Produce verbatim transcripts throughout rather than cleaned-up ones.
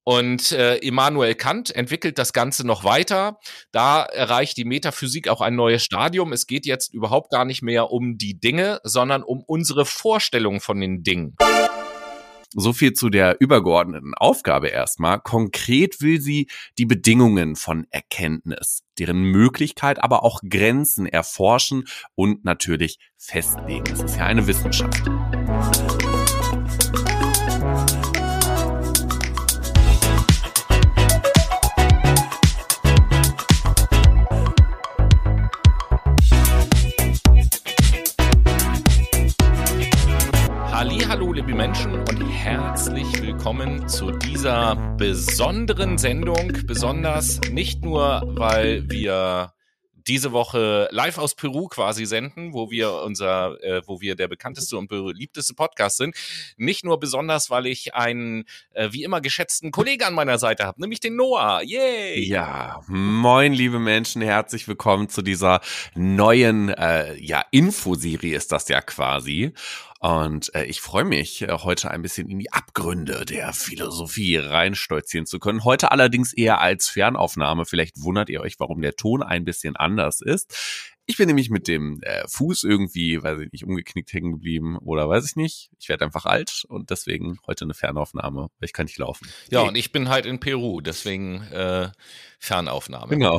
Und äh, Immanuel Kant entwickelt das Ganze noch weiter. Da erreicht die Metaphysik auch ein neues Stadium. Es geht jetzt überhaupt gar nicht mehr um die Dinge, sondern um unsere Vorstellung von den Dingen. So viel zu der übergeordneten Aufgabe erstmal. Konkret will sie die Bedingungen von Erkenntnis, deren Möglichkeit, aber auch Grenzen erforschen und natürlich festlegen. Es ist ja eine Wissenschaft. Hallo, liebe Menschen, und herzlich willkommen zu dieser besonderen Sendung. Besonders nicht nur, weil wir diese Woche live aus Peru quasi senden, wo wir unser, äh, wo wir der bekannteste und beliebteste Podcast sind. Nicht nur besonders, weil ich einen äh, wie immer geschätzten Kollegen an meiner Seite habe, nämlich den Noah. Yay! Ja, moin, liebe Menschen, herzlich willkommen zu dieser neuen, äh, ja, Infoserie ist das ja quasi. Und äh, ich freue mich, äh, heute ein bisschen in die Abgründe der Philosophie reinstolzieren zu können. Heute allerdings eher als Fernaufnahme. Vielleicht wundert ihr euch, warum der Ton ein bisschen anders ist. Ich bin nämlich mit dem äh, Fuß irgendwie, weiß ich nicht, umgeknickt hängen geblieben oder weiß ich nicht. Ich werde einfach alt und deswegen heute eine Fernaufnahme, weil ich kann nicht laufen. Ja, hey. Und ich bin halt in Peru, deswegen äh, Fernaufnahme. Genau.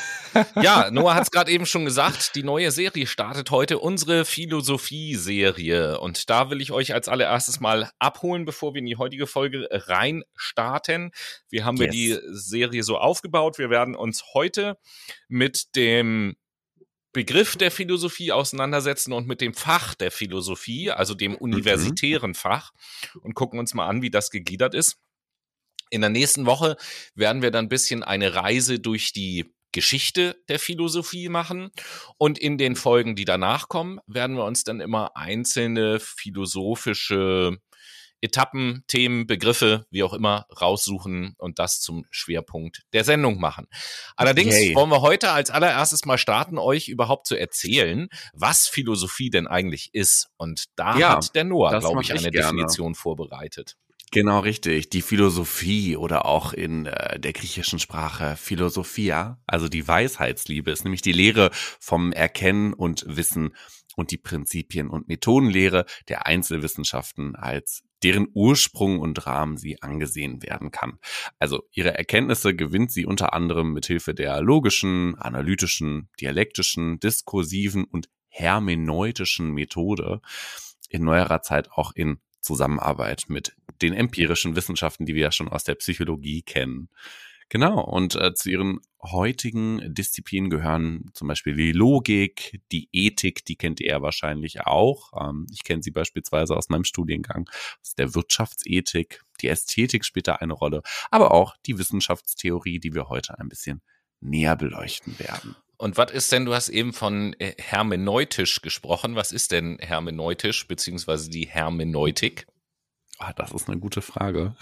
Ja, Noah hat es gerade eben schon gesagt, die neue Serie startet heute, unsere Philosophie-Serie. Und da will ich euch als allererstes mal abholen, bevor wir in die heutige Folge reinstarten. Wir haben yes. wir die Serie so aufgebaut. Wir werden uns heute mit dem Begriff der Philosophie auseinandersetzen und mit dem Fach der Philosophie, also dem universitären mhm. Fach, und gucken uns mal an, wie das gegliedert ist. In der nächsten Woche werden wir dann ein bisschen eine Reise durch die Geschichte der Philosophie machen, und in den Folgen, die danach kommen, werden wir uns dann immer einzelne philosophische Etappen, Themen, Begriffe, wie auch immer, raussuchen und das zum Schwerpunkt der Sendung machen. Allerdings okay. wollen wir heute als allererstes mal starten, euch überhaupt zu erzählen, was Philosophie denn eigentlich ist. Und da ja, hat der Noah, glaube ich, eine ich Definition vorbereitet. Genau, richtig. Die Philosophie oder auch in äh, der griechischen Sprache Philosophia, also die Weisheitsliebe, ist nämlich die Lehre vom Erkennen und Wissen und die Prinzipien- und Methodenlehre der Einzelwissenschaften, als deren Ursprung und Rahmen sie angesehen werden kann. Also ihre Erkenntnisse gewinnt sie unter anderem mithilfe der logischen, analytischen, dialektischen, diskursiven und hermeneutischen Methode, in neuerer Zeit auch in Zusammenarbeit mit den empirischen Wissenschaften, die wir ja schon aus der Psychologie kennen. Genau, und äh, zu ihren heutigen Disziplinen gehören zum Beispiel die Logik, die Ethik, die kennt ihr ja wahrscheinlich auch. Ähm, ich kenne sie beispielsweise aus meinem Studiengang, aus der Wirtschaftsethik. Die Ästhetik spielt da eine Rolle, aber auch die Wissenschaftstheorie, die wir heute ein bisschen näher beleuchten werden. Und was ist denn, du hast eben von hermeneutisch gesprochen, was ist denn hermeneutisch, beziehungsweise die Hermeneutik? Ah, das ist eine gute Frage.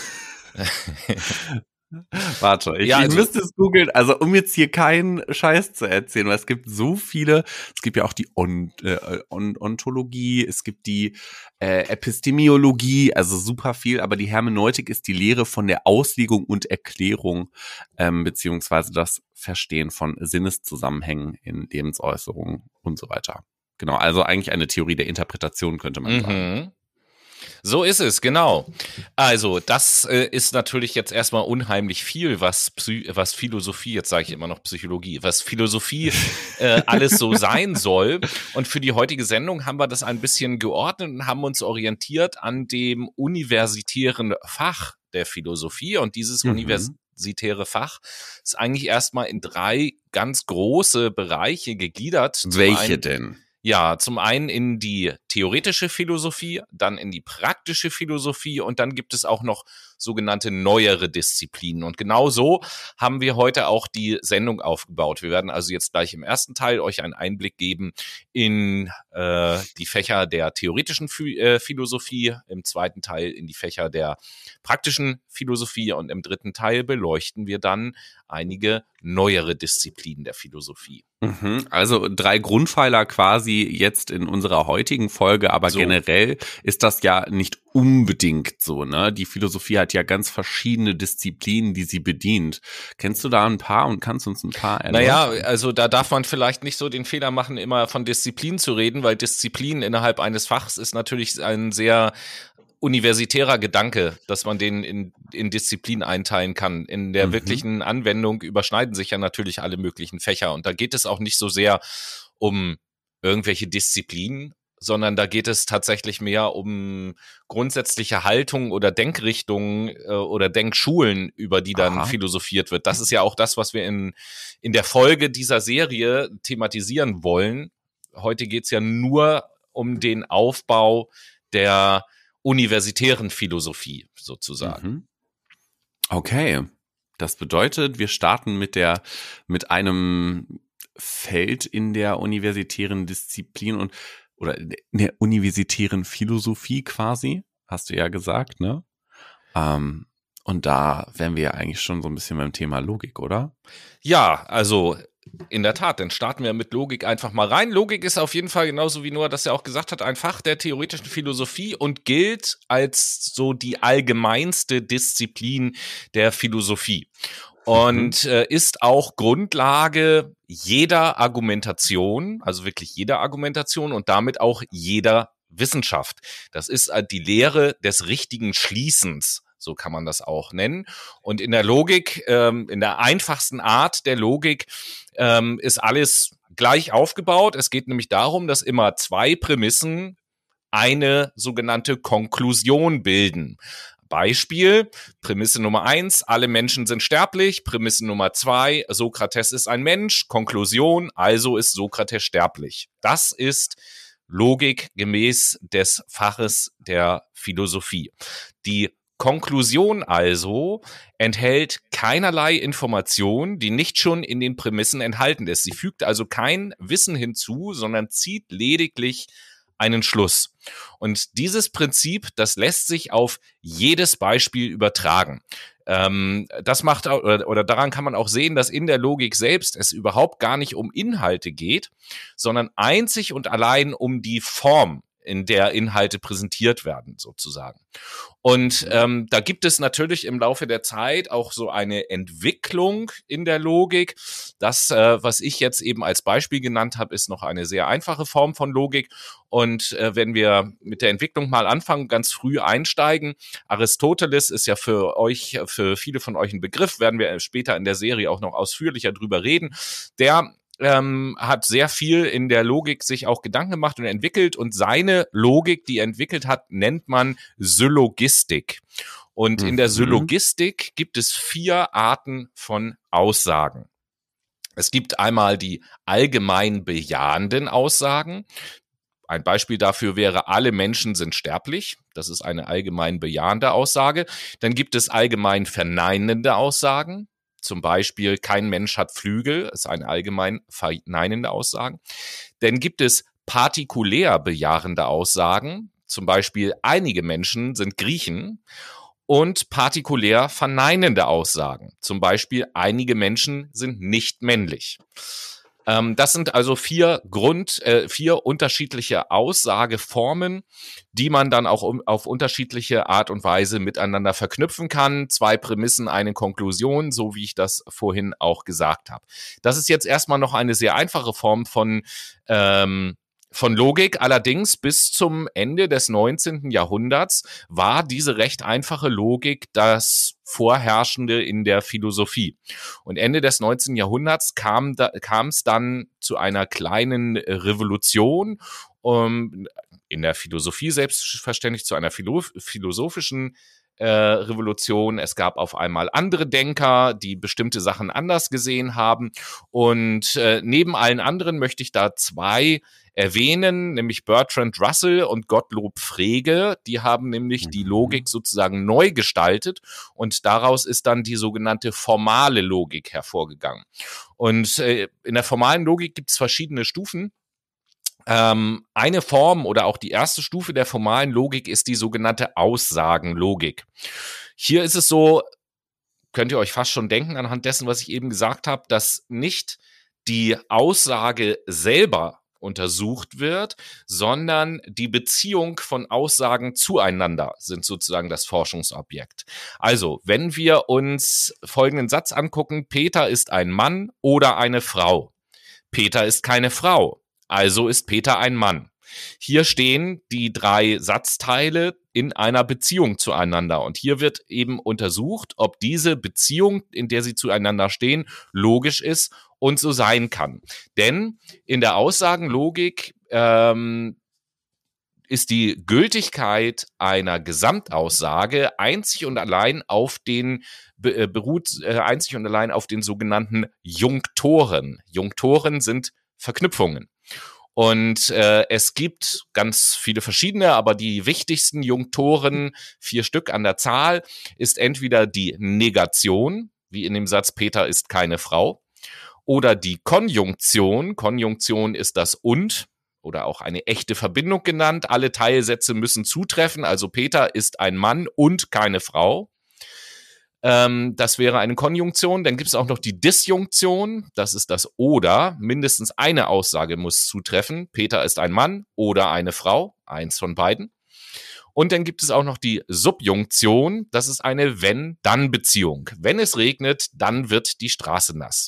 Warte, ich, ja, also, ich müsste es googeln, also um jetzt hier keinen Scheiß zu erzählen, weil es gibt so viele, es gibt ja auch die Ont, äh, Ontologie, es gibt die äh, Epistemiologie, also super viel, aber die Hermeneutik ist die Lehre von der Auslegung und Erklärung, ähm, beziehungsweise das Verstehen von Sinneszusammenhängen in Lebensäußerungen und so weiter. Genau, also eigentlich eine Theorie der Interpretation, könnte man mhm. sagen. So ist es, genau. Also das äh, ist natürlich jetzt erstmal unheimlich viel, was Psy- was Philosophie, jetzt sage ich immer noch Psychologie, was Philosophie äh, alles so sein soll. Und für die heutige Sendung haben wir das ein bisschen geordnet und haben uns orientiert an dem universitären Fach der Philosophie. Und dieses mhm. universitäre Fach ist eigentlich erstmal in drei ganz große Bereiche gegliedert. Welche denn? Ja, zum einen in die theoretische Philosophie, dann in die praktische Philosophie und dann gibt es auch noch sogenannte neuere Disziplinen. Und genau so haben wir heute auch die Sendung aufgebaut. Wir werden also jetzt gleich im ersten Teil euch einen Einblick geben in äh, die Fächer der theoretischen Ph- äh, Philosophie, im zweiten Teil in die Fächer der praktischen Philosophie und im dritten Teil beleuchten wir dann einige neuere Disziplinen der Philosophie. Mhm, also drei Grundpfeiler quasi jetzt in unserer heutigen Folge, aber so. Generell ist das ja nicht unbedingt so, ne? Die Philosophie hat ja ganz verschiedene Disziplinen, die sie bedient. Kennst du da ein paar und kannst uns ein paar erläutern? Naja, also da darf man vielleicht nicht so den Fehler machen, immer von Disziplin zu reden, weil Disziplin innerhalb eines Fachs ist natürlich ein sehr universitärer Gedanke, dass man den in, in Disziplin einteilen kann. In der mhm. wirklichen Anwendung überschneiden sich ja natürlich alle möglichen Fächer und da geht es auch nicht so sehr um irgendwelche Disziplinen, sondern da geht es tatsächlich mehr um grundsätzliche Haltung oder Denkrichtungen äh, oder Denkschulen, über die dann Aha. philosophiert wird. Das ist ja auch das, was wir in, in der Folge dieser Serie thematisieren wollen. Heute geht es ja nur um den Aufbau der universitären Philosophie sozusagen. Mhm. Okay, das bedeutet, wir starten mit der mit einem Feld in der universitären Disziplin und oder in der universitären Philosophie quasi, hast du ja gesagt, ne? Ähm, und da wären wir ja eigentlich schon so ein bisschen beim Thema Logik, oder? Ja, also in der Tat, dann starten wir mit Logik einfach mal rein. Logik ist auf jeden Fall, genauso wie Noah das ja auch gesagt hat, ein Fach der theoretischen Philosophie und gilt als so die allgemeinste Disziplin der Philosophie. Und äh, ist auch Grundlage jeder Argumentation, also wirklich jeder Argumentation und damit auch jeder Wissenschaft. Das ist äh, die Lehre des richtigen Schließens, so kann man das auch nennen. Und in der Logik, ähm, in der einfachsten Art der Logik, ähm, ist alles gleich aufgebaut. Es geht nämlich darum, dass immer zwei Prämissen eine sogenannte Konklusion bilden. Beispiel, Prämisse Nummer eins, alle Menschen sind sterblich. Prämisse Nummer zwei, Sokrates ist ein Mensch. Konklusion, also ist Sokrates sterblich. Das ist Logik gemäß des Faches der Philosophie. Die Konklusion also enthält keinerlei Information, die nicht schon in den Prämissen enthalten ist. Sie fügt also kein Wissen hinzu, sondern zieht lediglich einen Schluss. Und dieses Prinzip, das lässt sich auf jedes Beispiel übertragen. Ähm, das macht oder, oder daran kann man auch sehen, dass in der Logik selbst es überhaupt gar nicht um Inhalte geht, sondern einzig und allein um die Form, in der Inhalte präsentiert werden, sozusagen. Und ähm, da gibt es natürlich im Laufe der Zeit auch so eine Entwicklung in der Logik. Das, äh, was ich jetzt eben als Beispiel genannt habe, ist noch eine sehr einfache Form von Logik. Und äh, wenn wir mit der Entwicklung mal anfangen, ganz früh einsteigen, Aristoteles ist ja für euch, für viele von euch ein Begriff, werden wir später in der Serie auch noch ausführlicher drüber reden. Der Ähm, hat sehr viel in der Logik sich auch Gedanken gemacht und entwickelt und seine Logik, die er entwickelt hat, nennt man Syllogistik. Und mhm. in der Syllogistik gibt es vier Arten von Aussagen. Es gibt einmal die allgemein bejahenden Aussagen. Ein Beispiel dafür wäre, alle Menschen sind sterblich. Das ist eine allgemein bejahende Aussage. Dann gibt es allgemein verneinende Aussagen. Zum Beispiel, kein Mensch hat Flügel, ist eine allgemein verneinende Aussage. Dann gibt es partikulär bejahende Aussagen. Zum Beispiel, einige Menschen sind Griechen. Und partikulär verneinende Aussagen. Zum Beispiel, einige Menschen sind nicht männlich. Ähm, das sind also vier Grund, äh, vier unterschiedliche Aussageformen, die man dann auch um, auf unterschiedliche Art und Weise miteinander verknüpfen kann. Zwei Prämissen, eine Konklusion, so wie ich das vorhin auch gesagt habe. Das ist jetzt erstmal noch eine sehr einfache Form von ähm, von Logik. Allerdings bis zum Ende des neunzehnten Jahrhunderts war diese recht einfache Logik das Vorherrschende in der Philosophie. Und Ende des neunzehnten Jahrhunderts kam da, kam es dann zu einer kleinen Revolution, um, in der Philosophie selbstverständlich zu einer philo- philosophischen Äh, Revolution. Es gab auf einmal andere Denker, die bestimmte Sachen anders gesehen haben. Und äh, neben allen anderen möchte ich da zwei erwähnen, nämlich Bertrand Russell und Gottlob Frege. Die haben nämlich mhm. die Logik sozusagen neu gestaltet und daraus ist dann die sogenannte formale Logik hervorgegangen. Und äh, in der formalen Logik gibt es verschiedene Stufen. Ähm, eine Form oder auch die erste Stufe der formalen Logik ist die sogenannte Aussagenlogik. Hier ist es so, könnt ihr euch fast schon denken anhand dessen, was ich eben gesagt habe, dass nicht die Aussage selber untersucht wird, sondern die Beziehung von Aussagen zueinander sind sozusagen das Forschungsobjekt. Also, wenn wir uns folgenden Satz angucken, Peter ist ein Mann oder eine Frau. Peter ist keine Frau, also ist Peter ein Mann. Hier stehen die drei Satzteile in einer Beziehung zueinander. Und hier wird eben untersucht, ob diese Beziehung, in der sie zueinander stehen, logisch ist und so sein kann. Denn in der Aussagenlogik ähm, ist die Gültigkeit einer Gesamtaussage einzig und allein auf den be, beruht äh, einzig und allein auf den sogenannten Junktoren. Junktoren sind Verknüpfungen. Und äh, es gibt ganz viele verschiedene, aber die wichtigsten Junktoren, vier Stück an der Zahl, ist entweder die Negation, wie in dem Satz Peter ist keine Frau, oder die Konjunktion. Konjunktion ist das und oder auch eine echte Verbindung genannt. Alle Teilsätze müssen zutreffen, also Peter ist ein Mann und keine Frau. Das wäre eine Konjunktion. Dann gibt es auch noch die Disjunktion. Das ist das oder. Mindestens eine Aussage muss zutreffen. Peter ist ein Mann oder eine Frau. Eins von beiden. Und dann gibt es auch noch die Subjunktion. Das ist eine Wenn-Dann-Beziehung. Wenn es regnet, dann wird die Straße nass.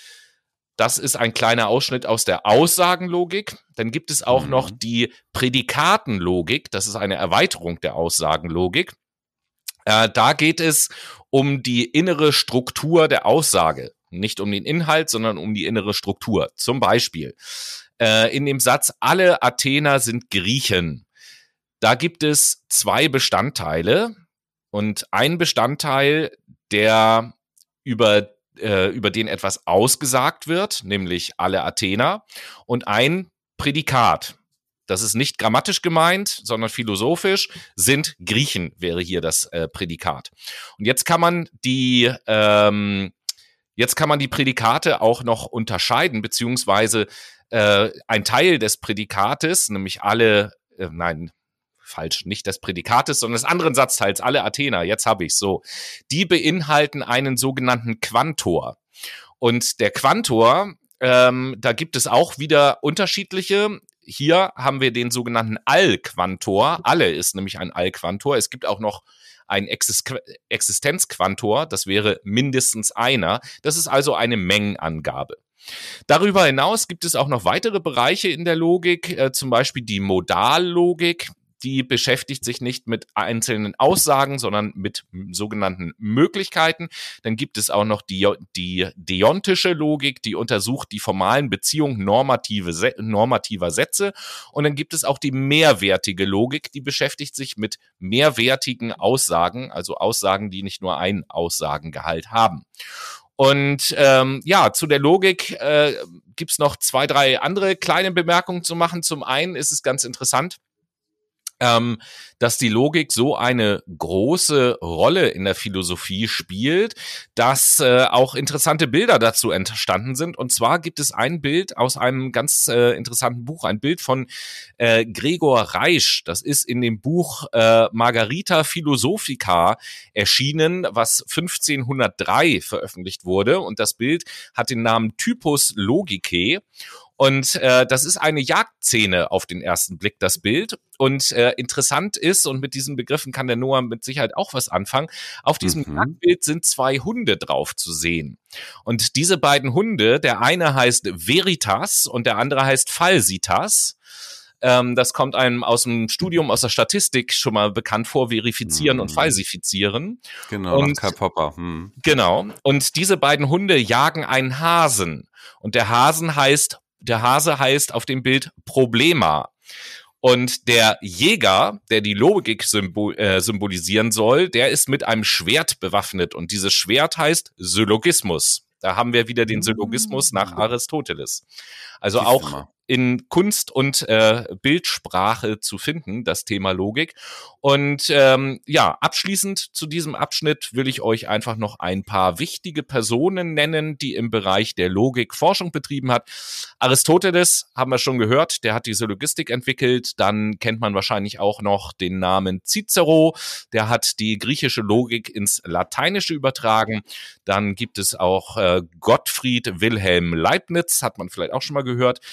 Das ist ein kleiner Ausschnitt aus der Aussagenlogik. Dann gibt es auch mhm. noch die Prädikatenlogik. Das ist eine Erweiterung der Aussagenlogik. Äh, da geht es um die innere Struktur der Aussage. Nicht um den Inhalt, sondern um die innere Struktur. Zum Beispiel äh, in dem Satz, alle Athener sind Griechen. Da gibt es zwei Bestandteile und ein Bestandteil, der über, äh, über den etwas ausgesagt wird, nämlich alle Athener, und ein Prädikat. Das ist nicht grammatisch gemeint, sondern philosophisch, sind Griechen, wäre hier das äh, Prädikat. Und jetzt kann man die, ähm, jetzt kann man die Prädikate auch noch unterscheiden, beziehungsweise äh, ein Teil des Prädikates, nämlich alle, äh, nein, falsch, nicht des Prädikates, sondern des anderen Satzteils, alle Athener, jetzt habe ich es so, die beinhalten einen sogenannten Quantor. Und der Quantor, ähm, da gibt es auch wieder unterschiedliche. Hier haben wir den sogenannten Allquantor. Alle ist nämlich ein Allquantor. Es gibt auch noch ein Existenzquantor. Das wäre mindestens einer. Das ist also eine Mengenangabe. Darüber hinaus gibt es auch noch weitere Bereiche in der Logik, äh, zum Beispiel die Modallogik. Die beschäftigt sich nicht mit einzelnen Aussagen, sondern mit sogenannten Möglichkeiten. Dann gibt es auch noch die, die deontische Logik, die untersucht die formalen Beziehungen normative, normativer Sätze. Und dann gibt es auch die mehrwertige Logik, die beschäftigt sich mit mehrwertigen Aussagen, also Aussagen, die nicht nur einen Aussagengehalt haben. Und ähm, ja, zu der Logik äh, gibt es noch zwei, drei andere kleine Bemerkungen zu machen. Zum einen ist es ganz interessant, Ähm, dass die Logik so eine große Rolle in der Philosophie spielt, dass äh, auch interessante Bilder dazu entstanden sind. Und zwar gibt es ein Bild aus einem ganz äh, interessanten Buch, ein Bild von äh, Gregor Reisch. Das ist in dem Buch äh, Margarita Philosophica erschienen, was fünfzehnhundertdrei veröffentlicht wurde. Und das Bild hat den Namen Typus Logicae. Und äh, das ist eine Jagdszene auf den ersten Blick, das Bild. Und äh, interessant ist, und mit diesen Begriffen kann der Noah mit Sicherheit auch was anfangen, auf diesem mhm. Jagdbild sind zwei Hunde drauf zu sehen. Und diese beiden Hunde, der eine heißt Veritas und der andere heißt Falsitas. Ähm, das kommt einem aus dem Studium, aus der Statistik schon mal bekannt vor, verifizieren mhm. und falsifizieren. Genau, und Karl Popper. Hm. Genau. Und diese beiden Hunde jagen einen Hasen. Und der Hasen heißt Der Hase heißt auf dem Bild Problema. Und der Jäger, der die Logik symbol, äh, symbolisieren soll, der ist mit einem Schwert bewaffnet. Und dieses Schwert heißt Syllogismus. Da haben wir wieder den Syllogismus nach Aristoteles. Also auch in Kunst und äh, Bildsprache zu finden, das Thema Logik. Und ähm, ja, abschließend zu diesem Abschnitt will ich euch einfach noch ein paar wichtige Personen nennen, die im Bereich der Logik Forschung betrieben hat. Aristoteles haben wir schon gehört, der hat die Syllogistik entwickelt. Dann kennt man wahrscheinlich auch noch den Namen Cicero, der hat die griechische Logik ins Lateinische übertragen. Dann gibt es auch äh, Gottfried Wilhelm Leibniz, hat man vielleicht auch schon mal gehört. Der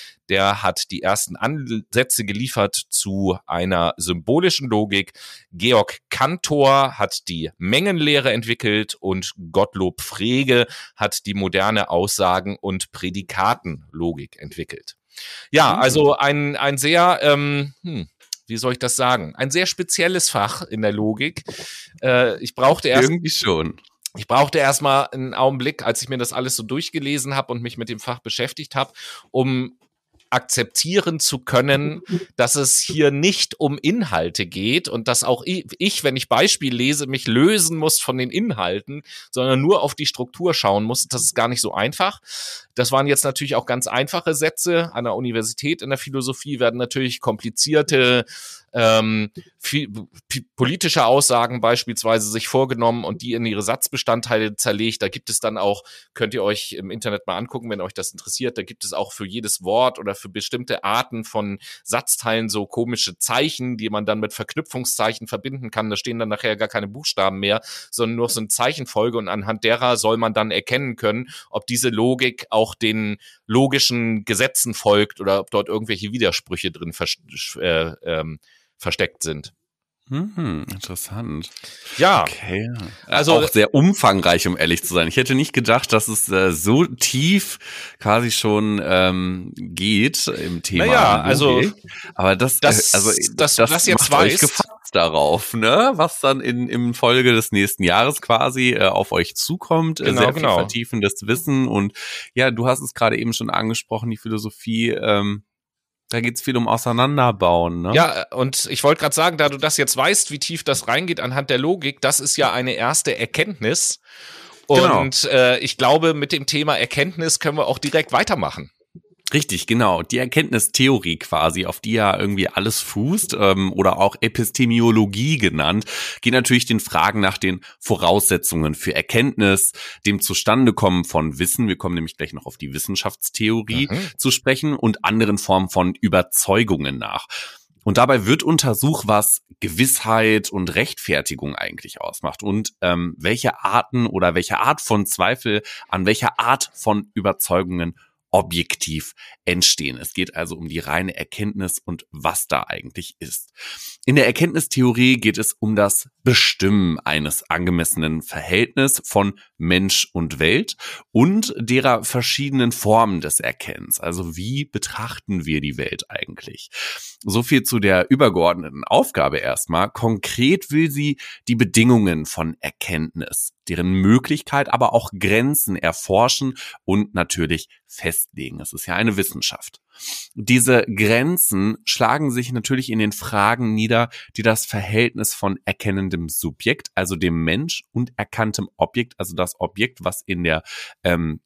der hat die ersten Ansätze geliefert zu einer symbolischen Logik. Georg Cantor hat die Mengenlehre entwickelt und Gottlob Frege hat die moderne Aussagen- und Prädikatenlogik entwickelt. Ja, also ein, ein sehr, ähm, hm, wie soll ich das sagen, ein sehr spezielles Fach in der Logik. Äh, ich brauchte erst... Irgendwie schon. Ich brauchte erstmal einen Augenblick, als ich mir das alles so durchgelesen habe und mich mit dem Fach beschäftigt habe, um akzeptieren zu können, dass es hier nicht um Inhalte geht und dass auch ich, wenn ich Beispiel lese, mich lösen muss von den Inhalten, sondern nur auf die Struktur schauen muss. Das ist gar nicht so einfach. Das waren jetzt natürlich auch ganz einfache Sätze. An der Universität in der Philosophie werden natürlich komplizierte ähm, viel, politische Aussagen beispielsweise sich vorgenommen und die in ihre Satzbestandteile zerlegt. Da gibt es dann auch, könnt ihr euch im Internet mal angucken, wenn euch das interessiert, da gibt es auch für jedes Wort oder für bestimmte Arten von Satzteilen so komische Zeichen, die man dann mit Verknüpfungszeichen verbinden kann. Da stehen dann nachher gar keine Buchstaben mehr, sondern nur so eine Zeichenfolge und anhand derer soll man dann erkennen können, ob diese Logik auch den logischen Gesetzen folgt oder ob dort irgendwelche Widersprüche drin vers- äh, ähm, versteckt sind. Hm, interessant. Ja. Okay. Also auch sehr umfangreich, um ehrlich zu sein. Ich hätte nicht gedacht, dass es äh, so tief quasi schon ähm, geht im Thema. Naja, also aber das, das, also das, das, das jetzt macht euch weiß, gefasst darauf, ne? Was dann in im Folge des nächsten Jahres quasi äh, auf euch zukommt. Genau, sehr genau. viel vertiefendes Wissen und ja, du hast es gerade eben schon angesprochen, die Philosophie. Ähm, Da geht's viel um Auseinanderbauen, ne? Ja, und ich wollte gerade sagen, da du das jetzt weißt, wie tief das reingeht anhand der Logik, das ist ja eine erste Erkenntnis. Und genau. äh, ich glaube, mit dem Thema Erkenntnis können wir auch direkt weitermachen. Richtig, genau. Die Erkenntnistheorie quasi, auf die ja irgendwie alles fußt, ähm, oder auch Epistemiologie genannt, geht natürlich den Fragen nach den Voraussetzungen für Erkenntnis, dem Zustandekommen von Wissen, wir kommen nämlich gleich noch auf die Wissenschaftstheorie mhm. zu sprechen, und anderen Formen von Überzeugungen nach. Und dabei wird untersucht, was Gewissheit und Rechtfertigung eigentlich ausmacht und ähm, welche Arten oder welche Art von Zweifel an welcher Art von Überzeugungen objektiv entstehen. Es geht also um die reine Erkenntnis und was da eigentlich ist. In der Erkenntnistheorie geht es um das Bestimmen eines angemessenen Verhältnisses von Mensch und Welt und derer verschiedenen Formen des Erkennens. Also wie betrachten wir die Welt eigentlich? So viel zu der übergeordneten Aufgabe erstmal. Konkret will sie die Bedingungen von Erkenntnis, deren Möglichkeit, aber auch Grenzen erforschen und natürlich festlegen. Es ist ja eine Wissenschaft. Diese Grenzen schlagen sich natürlich in den Fragen nieder, die das Verhältnis von erkennendem Subjekt, also dem Mensch, und erkanntem Objekt, also das Objekt, was in der ähm,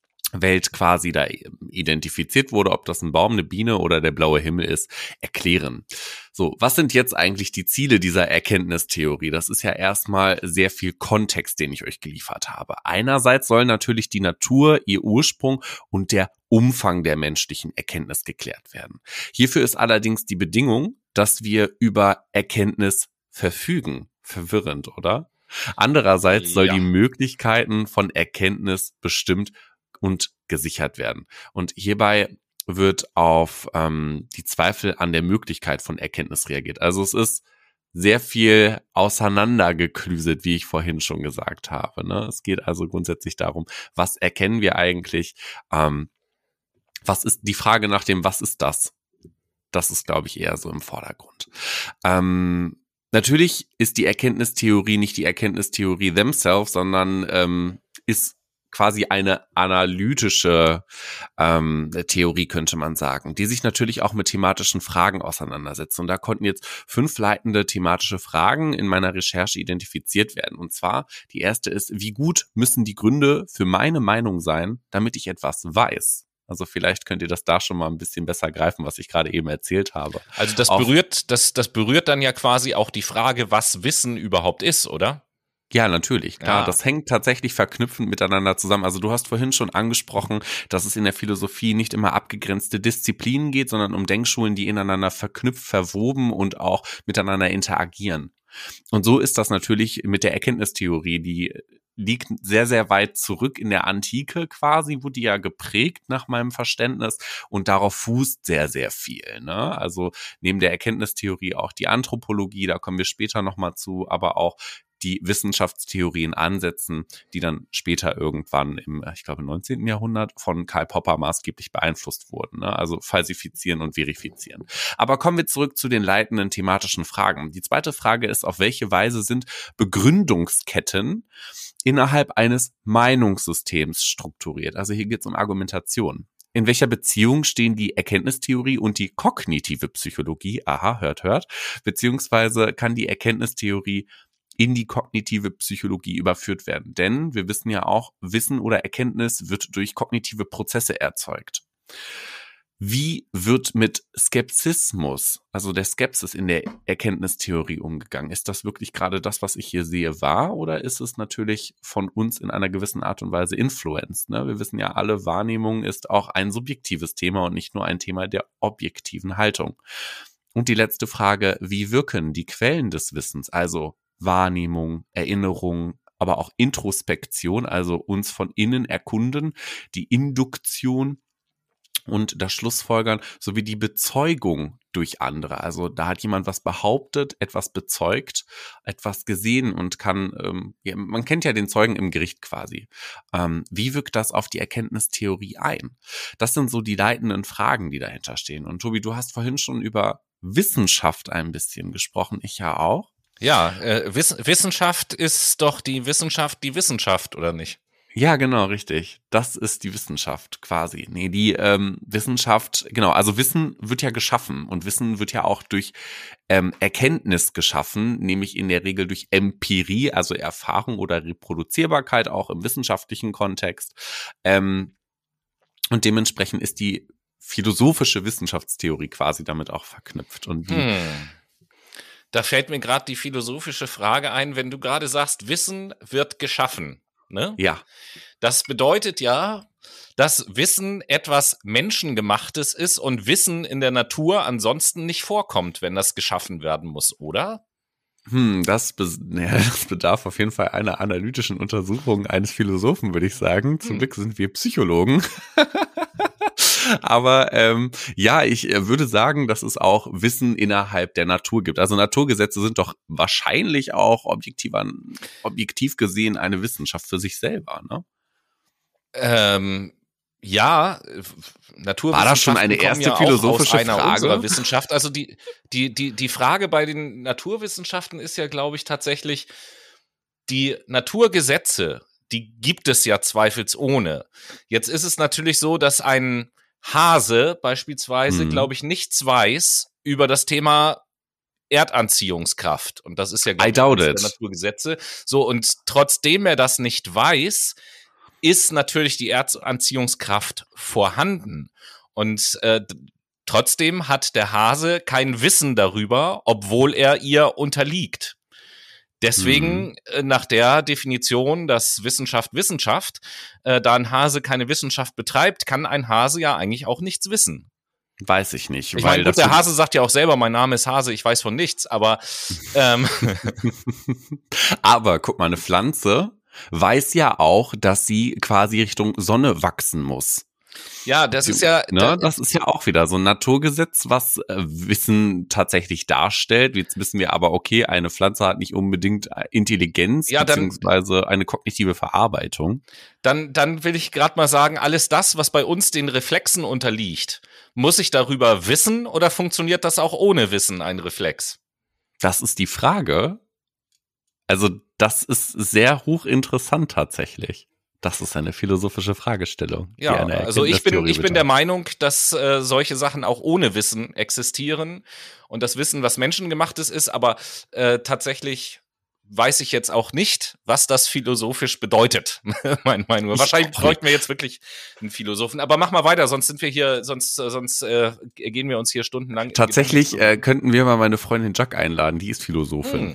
Welt quasi da identifiziert wurde, ob das ein Baum, eine Biene oder der blaue Himmel ist, erklären. So, was sind jetzt eigentlich die Ziele dieser Erkenntnistheorie? Das ist ja erstmal sehr viel Kontext, den ich euch geliefert habe. Einerseits soll natürlich die Natur, ihr Ursprung und der Umfang der menschlichen Erkenntnis geklärt werden. Hierfür ist allerdings die Bedingung, dass wir über Erkenntnis verfügen. Verwirrend, oder? Andererseits soll ja. die Möglichkeiten von Erkenntnis bestimmt und gesichert werden. Und hierbei wird auf ähm, die Zweifel an der Möglichkeit von Erkenntnis reagiert. Also es ist sehr viel auseinandergeklüselt, wie ich vorhin schon gesagt habe, ne? Es geht also grundsätzlich darum, was erkennen wir eigentlich? Ähm, was ist die Frage nach dem, was ist das? Das ist, glaube ich, eher so im Vordergrund. Ähm, natürlich ist die Erkenntnistheorie nicht die Erkenntnistheorie themselves, sondern ähm, ist quasi eine analytische ähm, Theorie, könnte man sagen, die sich natürlich auch mit thematischen Fragen auseinandersetzt. Und da konnten jetzt fünf leitende thematische Fragen in meiner Recherche identifiziert werden. Und zwar, die erste ist, wie gut müssen die Gründe für meine Meinung sein, damit ich etwas weiß? Also vielleicht könnt ihr das da schon mal ein bisschen besser greifen, was ich gerade eben erzählt habe. Also das auch berührt, das, das berührt dann ja quasi auch die Frage, was Wissen überhaupt ist, oder? Ja, natürlich, klar. Ja. Das hängt tatsächlich verknüpfend miteinander zusammen. Also du hast vorhin schon angesprochen, dass es in der Philosophie nicht immer abgegrenzte Disziplinen geht, sondern um Denkschulen, die ineinander verknüpft, verwoben und auch miteinander interagieren. Und so ist das natürlich mit der Erkenntnistheorie. Die liegt sehr, sehr weit zurück in der Antike quasi, wurde die ja geprägt nach meinem Verständnis und darauf fußt sehr, sehr viel. Ne? Also neben der Erkenntnistheorie auch die Anthropologie, da kommen wir später nochmal zu, aber auch die Wissenschaftstheorien ansetzen, die dann später irgendwann im, ich glaube, neunzehnten Jahrhundert von Karl Popper maßgeblich beeinflusst wurden. Ne? Also falsifizieren und verifizieren. Aber kommen wir zurück zu den leitenden thematischen Fragen. Die zweite Frage ist, auf welche Weise sind Begründungsketten innerhalb eines Meinungssystems strukturiert? Also hier geht es um Argumentation. In welcher Beziehung stehen die Erkenntnistheorie und die kognitive Psychologie? Aha, hört, hört. Beziehungsweise kann die Erkenntnistheorie in die kognitive Psychologie überführt werden. Denn wir wissen ja auch, Wissen oder Erkenntnis wird durch kognitive Prozesse erzeugt. Wie wird mit Skepsismus, also der Skepsis in der Erkenntnistheorie umgegangen? Ist das wirklich gerade das, was ich hier sehe, wahr? Oder ist es natürlich von uns in einer gewissen Art und Weise influenced? Ne? Wir wissen ja alle, Wahrnehmung ist auch ein subjektives Thema und nicht nur ein Thema der objektiven Haltung. Und die letzte Frage, wie wirken die Quellen des Wissens, also Wahrnehmung, Erinnerung, aber auch Introspektion, also uns von innen erkunden, die Induktion und das Schlussfolgern sowie die Bezeugung durch andere. Also da hat jemand was behauptet, etwas bezeugt, etwas gesehen und kann, ähm, ja, man kennt ja den Zeugen im Gericht quasi. Ähm, wie wirkt das auf die Erkenntnistheorie ein? Das sind so die leitenden Fragen, die dahinter stehen. Und Tobi, du hast vorhin schon über Wissenschaft ein bisschen gesprochen, ich ja auch. Ja, äh, Wiss- Wissenschaft ist doch die Wissenschaft, die Wissenschaft, oder nicht? Ja, genau, richtig. Das ist die Wissenschaft quasi. Nee, die ähm, Wissenschaft, genau, also Wissen wird ja geschaffen und Wissen wird ja auch durch ähm, Erkenntnis geschaffen, nämlich in der Regel durch Empirie, also Erfahrung oder Reproduzierbarkeit, auch im wissenschaftlichen Kontext. Ähm, und dementsprechend ist die philosophische Wissenschaftstheorie quasi damit auch verknüpft. Und die Hm. Da fällt mir gerade die philosophische Frage ein, wenn du gerade sagst, Wissen wird geschaffen, ne? Ja. Das bedeutet ja, dass Wissen etwas Menschengemachtes ist und Wissen in der Natur ansonsten nicht vorkommt, wenn das geschaffen werden muss, oder? Hm, das, be- ja, das bedarf auf jeden Fall einer analytischen Untersuchung eines Philosophen, würde ich sagen. Zum Hm. Glück sind wir Psychologen. Aber ähm, ja, ich äh, würde sagen, dass es auch Wissen innerhalb der Natur gibt. Also Naturgesetze sind doch wahrscheinlich auch objektiv, an, objektiv gesehen eine Wissenschaft für sich selber, ne? Ähm, ja, Naturwissenschaften War das schon eine kommen erste ja philosophische auch aus einer Frage? unserer Wissenschaft. Also die, die, die, die Frage bei den Naturwissenschaften ist ja, glaube ich, tatsächlich, die Naturgesetze, die gibt es ja zweifelsohne. Jetzt ist es natürlich so, dass ein Hase beispielsweise, Hm. glaube ich, nichts weiß über das Thema Erdanziehungskraft. Und das ist ja, glaube I ich, doubt eines it. der Naturgesetze. So, und trotzdem er das nicht weiß, ist natürlich die Erdanziehungskraft vorhanden. Und äh, d- trotzdem hat der Hase kein Wissen darüber, obwohl er ihr unterliegt. Deswegen, äh, nach der Definition, dass Wissenschaft Wissenschaft, äh, da ein Hase keine Wissenschaft betreibt, kann ein Hase ja eigentlich auch nichts wissen. Weiß ich nicht. Ich weil meine, gut, das der Hase sagt ja auch selber, mein Name ist Hase, ich weiß von nichts, aber ähm, Aber guck mal, eine Pflanze weiß ja auch, dass sie quasi Richtung Sonne wachsen muss. ja, das ist ja, Ne, das ist ja auch wieder so ein Naturgesetz, was äh, Wissen tatsächlich darstellt. Jetzt wissen wir aber, okay, eine Pflanze hat nicht unbedingt äh, Intelligenz, Ja, dann- beziehungsweise eine kognitive Verarbeitung. dann, dann will ich gerade mal sagen, alles das, was bei uns den Reflexen unterliegt, muss ich darüber wissen oder funktioniert das auch ohne Wissen, ein Reflex? Das ist die Frage. Also das ist sehr hochinteressant tatsächlich. Das ist eine philosophische Fragestellung. die Ja, eine also ich bin, Erkenntnistheorie ich bin der bedarf. Meinung, dass äh, solche Sachen auch ohne Wissen existieren und das Wissen, was menschengemachtes ist, aber äh, tatsächlich weiß ich jetzt auch nicht, was das philosophisch bedeutet. Meine Meinung. Ich Wahrscheinlich auch bräuchten wir jetzt wirklich einen Philosophen. Aber mach mal weiter, sonst sind wir hier, sonst, äh, sonst äh, gehen wir uns hier stundenlang. in Tatsächlich Gedanken äh, könnten wir mal meine Freundin Jack einladen, die ist Philosophin. Hm.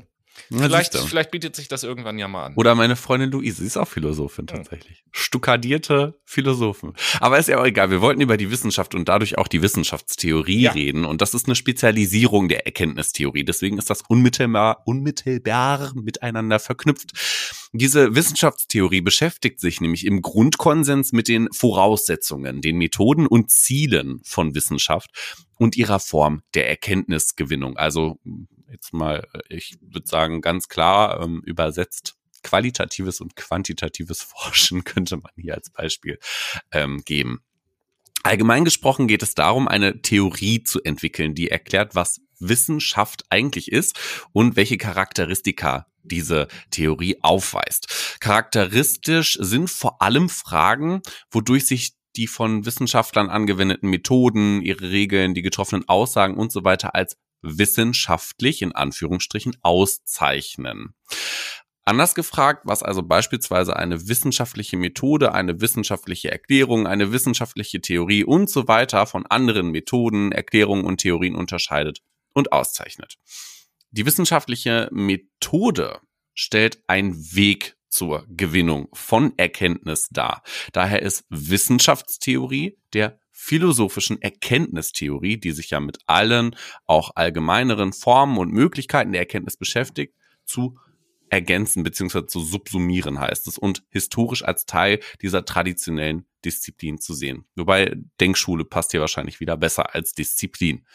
Vielleicht, vielleicht bietet sich das irgendwann ja mal an. Oder meine Freundin Luise, sie ist auch Philosophin tatsächlich. Hm. Stukadierte Philosophen. Aber ist ja auch egal, wir wollten über die Wissenschaft und dadurch auch die Wissenschaftstheorie ja. reden. Und das ist eine Spezialisierung der Erkenntnistheorie. Deswegen ist das unmittelbar, unmittelbar miteinander verknüpft. Diese Wissenschaftstheorie beschäftigt sich nämlich im Grundkonsens mit den Voraussetzungen, den Methoden und Zielen von Wissenschaft und ihrer Form der Erkenntnisgewinnung. Also jetzt mal, ich würde sagen, ganz klar ähm, übersetzt, qualitatives und quantitatives Forschen könnte man hier als Beispiel ähm, geben. Allgemein gesprochen geht es darum, eine Theorie zu entwickeln, die erklärt, was Wissenschaft eigentlich ist und welche Charakteristika diese Theorie aufweist. Charakteristisch sind vor allem Fragen, wodurch sich die von Wissenschaftlern angewendeten Methoden, ihre Regeln, die getroffenen Aussagen und so weiter als wissenschaftlich in Anführungsstrichen auszeichnen. Anders gefragt, was also beispielsweise eine wissenschaftliche Methode, eine wissenschaftliche Erklärung, eine wissenschaftliche Theorie und so weiter von anderen Methoden, Erklärungen und Theorien unterscheidet und auszeichnet. Die wissenschaftliche Methode stellt einen Weg zur Gewinnung von Erkenntnis dar. Daher ist Wissenschaftstheorie der philosophischen Erkenntnistheorie, die sich ja mit allen auch allgemeineren Formen und Möglichkeiten der Erkenntnis beschäftigt, zu ergänzen bzw. zu subsumieren heißt es und historisch als Teil dieser traditionellen Disziplin zu sehen. Wobei Denkschule passt hier wahrscheinlich wieder besser als Disziplin.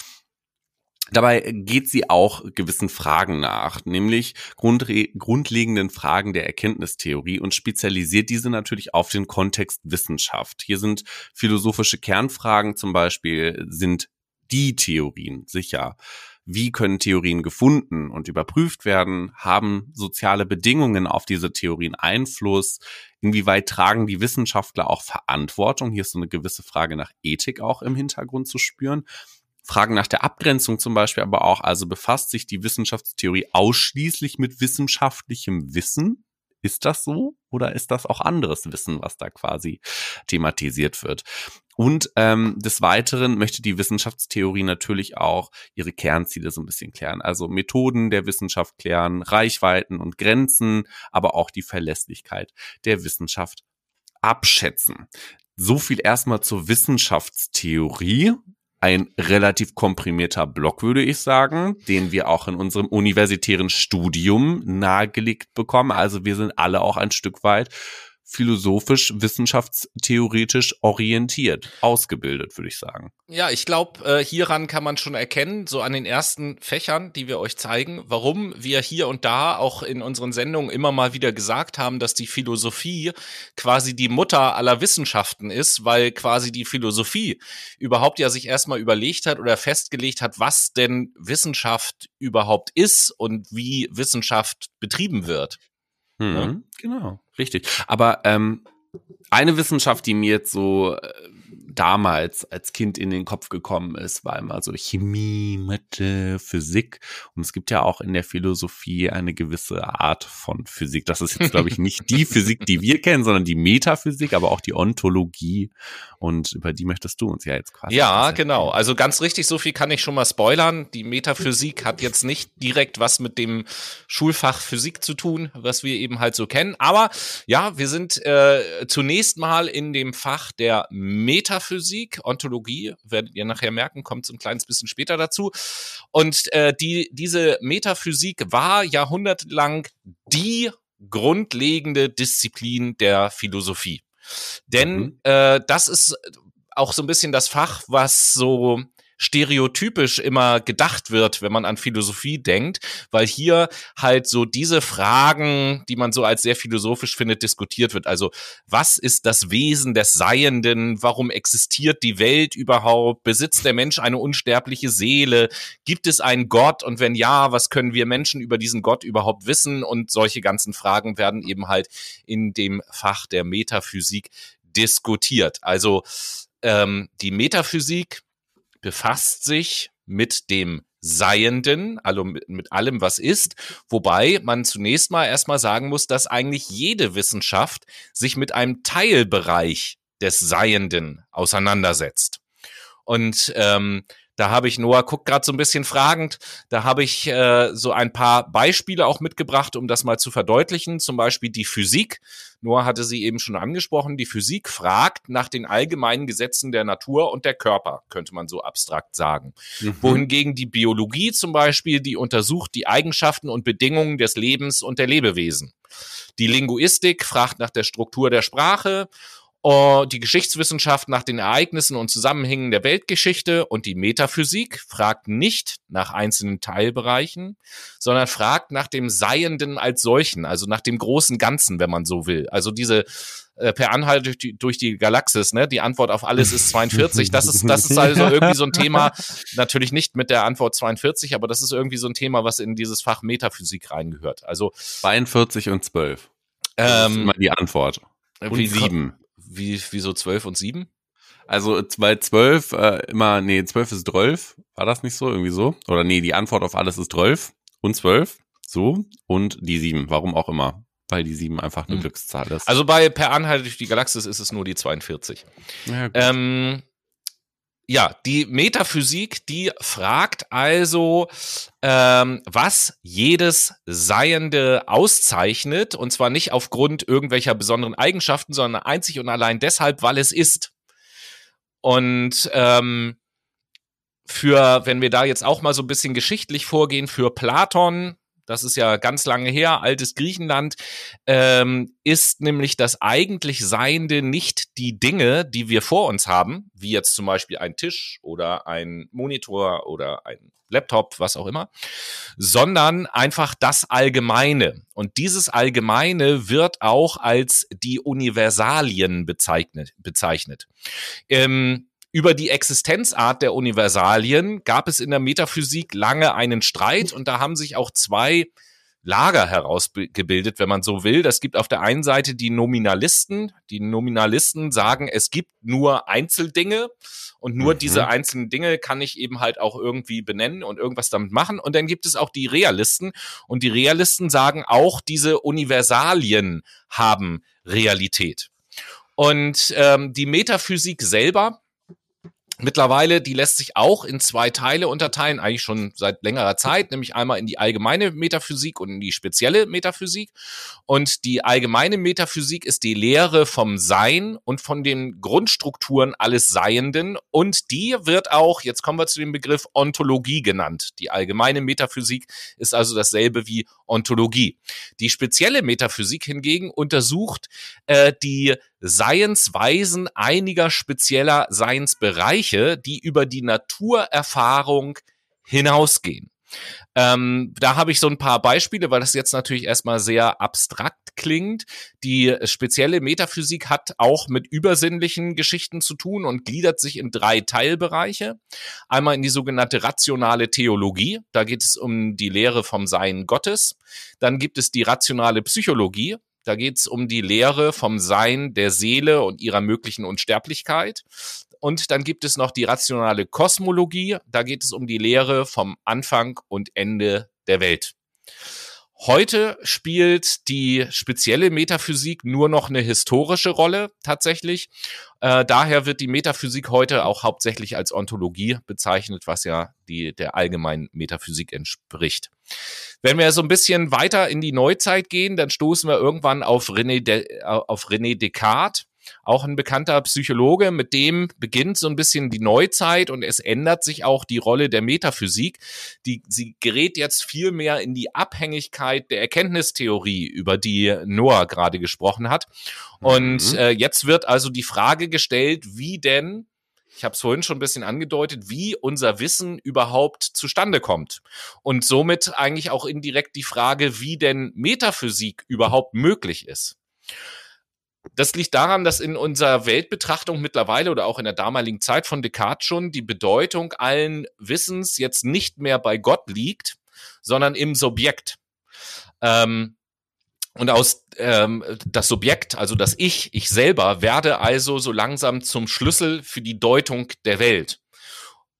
Dabei geht sie auch gewissen Fragen nach, nämlich grundre- grundlegenden Fragen der Erkenntnistheorie und spezialisiert diese natürlich auf den Kontext Wissenschaft. Hier sind philosophische Kernfragen zum Beispiel, sind die Theorien sicher? Wie können Theorien gefunden und überprüft werden? Haben soziale Bedingungen auf diese Theorien Einfluss? Inwieweit tragen die Wissenschaftler auch Verantwortung? Hier ist so eine gewisse Frage nach Ethik auch im Hintergrund zu spüren. Fragen nach der Abgrenzung zum Beispiel aber auch, also befasst sich die Wissenschaftstheorie ausschließlich mit wissenschaftlichem Wissen? Ist das so? Oder ist das auch anderes Wissen, was da quasi thematisiert wird? Und ähm, des Weiteren möchte die Wissenschaftstheorie natürlich auch ihre Kernziele so ein bisschen klären. Also Methoden der Wissenschaft klären, Reichweiten und Grenzen, aber auch die Verlässlichkeit der Wissenschaft abschätzen. So viel erstmal zur Wissenschaftstheorie. Ein relativ komprimierter Block, würde ich sagen, den wir auch in unserem universitären Studium nahegelegt bekommen. Also wir sind alle auch ein Stück weit philosophisch, wissenschaftstheoretisch orientiert, ausgebildet, würde ich sagen. Ja, ich glaube, äh, hieran kann man schon erkennen, so an den ersten Fächern, die wir euch zeigen, warum wir hier und da auch in unseren Sendungen immer mal wieder gesagt haben, dass die Philosophie quasi die Mutter aller Wissenschaften ist, weil quasi die Philosophie überhaupt ja sich erstmal überlegt hat oder festgelegt hat, was denn Wissenschaft überhaupt ist und wie Wissenschaft betrieben wird. Hm, ja? Genau, richtig. Aber ähm, eine Wissenschaft, die mir jetzt so äh, damals als Kind in den Kopf gekommen ist, war immer so Chemie, Mathe, Physik. Und es gibt ja auch in der Philosophie eine gewisse Art von Physik. Das ist jetzt, glaube ich, nicht die Physik, die wir kennen, sondern die Metaphysik, aber auch die Ontologie. Und über die möchtest du uns ja jetzt quasi. Ja, genau. Also ganz richtig, so viel kann ich schon mal spoilern. Die Metaphysik hat jetzt nicht direkt was mit dem Schulfach Physik zu tun, was wir eben halt so kennen. Aber ja, wir sind äh, zunächst mal in dem Fach der Metaphysik. Physik, Ontologie, werdet ihr nachher merken, kommt so ein kleines bisschen später dazu. Und äh, die diese Metaphysik war jahrhundertelang die grundlegende Disziplin der Philosophie. Denn mhm. äh, das ist auch so ein bisschen das Fach, was so stereotypisch immer gedacht wird, wenn man an Philosophie denkt, weil hier halt so diese Fragen, die man so als sehr philosophisch findet, diskutiert wird. Also was ist das Wesen des Seienden? Warum existiert die Welt überhaupt? Besitzt der Mensch eine unsterbliche Seele? Gibt es einen Gott? Und wenn ja, was können wir Menschen über diesen Gott überhaupt wissen? Und solche ganzen Fragen werden eben halt in dem Fach der Metaphysik diskutiert. Also ähm, die Metaphysik befasst sich mit dem Seienden, also mit, mit allem, was ist, wobei man zunächst mal erstmal sagen muss, dass eigentlich jede Wissenschaft sich mit einem Teilbereich des Seienden auseinandersetzt. Und ähm, Da habe ich, Noah guckt gerade so ein bisschen fragend, da habe ich äh, so ein paar Beispiele auch mitgebracht, um das mal zu verdeutlichen. Zum Beispiel die Physik. Noah hatte sie eben schon angesprochen. Die Physik fragt nach den allgemeinen Gesetzen der Natur und der Körper, könnte man so abstrakt sagen. Mhm. Wohingegen die Biologie zum Beispiel, die untersucht die Eigenschaften und Bedingungen des Lebens und der Lebewesen. Die Linguistik fragt nach der Struktur der Sprache, die Geschichtswissenschaft nach den Ereignissen und Zusammenhängen der Weltgeschichte und die Metaphysik fragt nicht nach einzelnen Teilbereichen, sondern fragt nach dem Seienden als solchen, also nach dem großen Ganzen, wenn man so will. Also diese äh, per Anhalt durch die, durch die Galaxis, ne, die Antwort auf alles ist zweiundvierzig. Das ist, das ist also irgendwie so ein Thema, natürlich nicht mit der Antwort zweiundvierzig, aber das ist irgendwie so ein Thema, was in dieses Fach Metaphysik reingehört. Also zweiundvierzig und zwölf. Das ist ähm, immer die Antwort. Und wie sieben. Wie, wie so zwölf und sieben? Also bei zwölf äh, immer, nee, zwölf ist zwölf, war das nicht so? Irgendwie so? Oder nee, die Antwort auf alles ist zwölf und zwölf, so, und die sieben, warum auch immer, weil die sieben einfach eine mhm. Glückszahl ist. Also bei Per Anhalt durch die Galaxis ist es nur die zweiundvierzig. Ja, gut. Ähm, ja, die Metaphysik, die fragt also, ähm, was jedes Seiende auszeichnet, und zwar nicht aufgrund irgendwelcher besonderen Eigenschaften, sondern einzig und allein deshalb, weil es ist. Und ähm, für, wenn wir da jetzt auch mal so ein bisschen geschichtlich vorgehen, für Platon, das ist ja ganz lange her, altes Griechenland, ähm, ist nämlich das eigentlich Seiende nicht die Dinge, die wir vor uns haben, wie jetzt zum Beispiel ein Tisch oder ein Monitor oder ein Laptop, was auch immer, sondern einfach das Allgemeine. Und dieses Allgemeine wird auch als die Universalien bezeichnet. bezeichnet. Ähm, Über die Existenzart der Universalien gab es in der Metaphysik lange einen Streit und da haben sich auch zwei Lager herausgebildet, wenn man so will. Das gibt auf der einen Seite die Nominalisten. Die Nominalisten sagen, es gibt nur Einzeldinge und nur mhm. diese einzelnen Dinge kann ich eben halt auch irgendwie benennen und irgendwas damit machen. Und dann gibt es auch die Realisten und die Realisten sagen auch, diese Universalien haben Realität. Und ähm, die Metaphysik selber, mittlerweile, die lässt sich auch in zwei Teile unterteilen, eigentlich schon seit längerer Zeit, nämlich einmal in die allgemeine Metaphysik und in die spezielle Metaphysik. Und die allgemeine Metaphysik ist die Lehre vom Sein und von den Grundstrukturen alles Seienden. Und die wird auch, jetzt kommen wir zu dem Begriff Ontologie genannt. Die allgemeine Metaphysik ist also dasselbe wie Ontologie. Die spezielle Metaphysik hingegen untersucht äh, die Seinsweisen einiger spezieller Seinsbereiche, die über die Naturerfahrung hinausgehen. Ähm, da habe ich so ein paar Beispiele, weil das jetzt natürlich erstmal sehr abstrakt klingt. Die spezielle Metaphysik hat auch mit übersinnlichen Geschichten zu tun und gliedert sich in drei Teilbereiche. Einmal in die sogenannte rationale Theologie, da geht es um die Lehre vom Sein Gottes. Dann gibt es die rationale Psychologie. Da geht es um die Lehre vom Sein der Seele und ihrer möglichen Unsterblichkeit. Und dann gibt es noch die rationale Kosmologie. Da geht es um die Lehre vom Anfang und Ende der Welt. Heute spielt die spezielle Metaphysik nur noch eine historische Rolle tatsächlich. Äh, daher wird die Metaphysik heute auch hauptsächlich als Ontologie bezeichnet, was ja die, der allgemeinen Metaphysik entspricht. Wenn wir so ein bisschen weiter in die Neuzeit gehen, dann stoßen wir irgendwann auf René, De- auf René Descartes, auch ein bekannter Psychologe. Mit dem beginnt so ein bisschen die Neuzeit und es ändert sich auch die Rolle der Metaphysik. Die, sie gerät jetzt viel mehr in die Abhängigkeit der Erkenntnistheorie, über die Noah gerade gesprochen hat. Und mhm. äh, jetzt wird also die Frage gestellt, wie denn, ich habe es vorhin schon ein bisschen angedeutet, wie unser Wissen überhaupt zustande kommt. Und somit eigentlich auch indirekt die Frage, wie denn Metaphysik überhaupt möglich ist. Das liegt daran, dass in unserer Weltbetrachtung mittlerweile oder auch in der damaligen Zeit von Descartes schon die Bedeutung allen Wissens jetzt nicht mehr bei Gott liegt, sondern im Subjekt. Ähm, und aus ähm, das Subjekt, also das Ich, ich selber, werde also so langsam zum Schlüssel für die Deutung der Welt.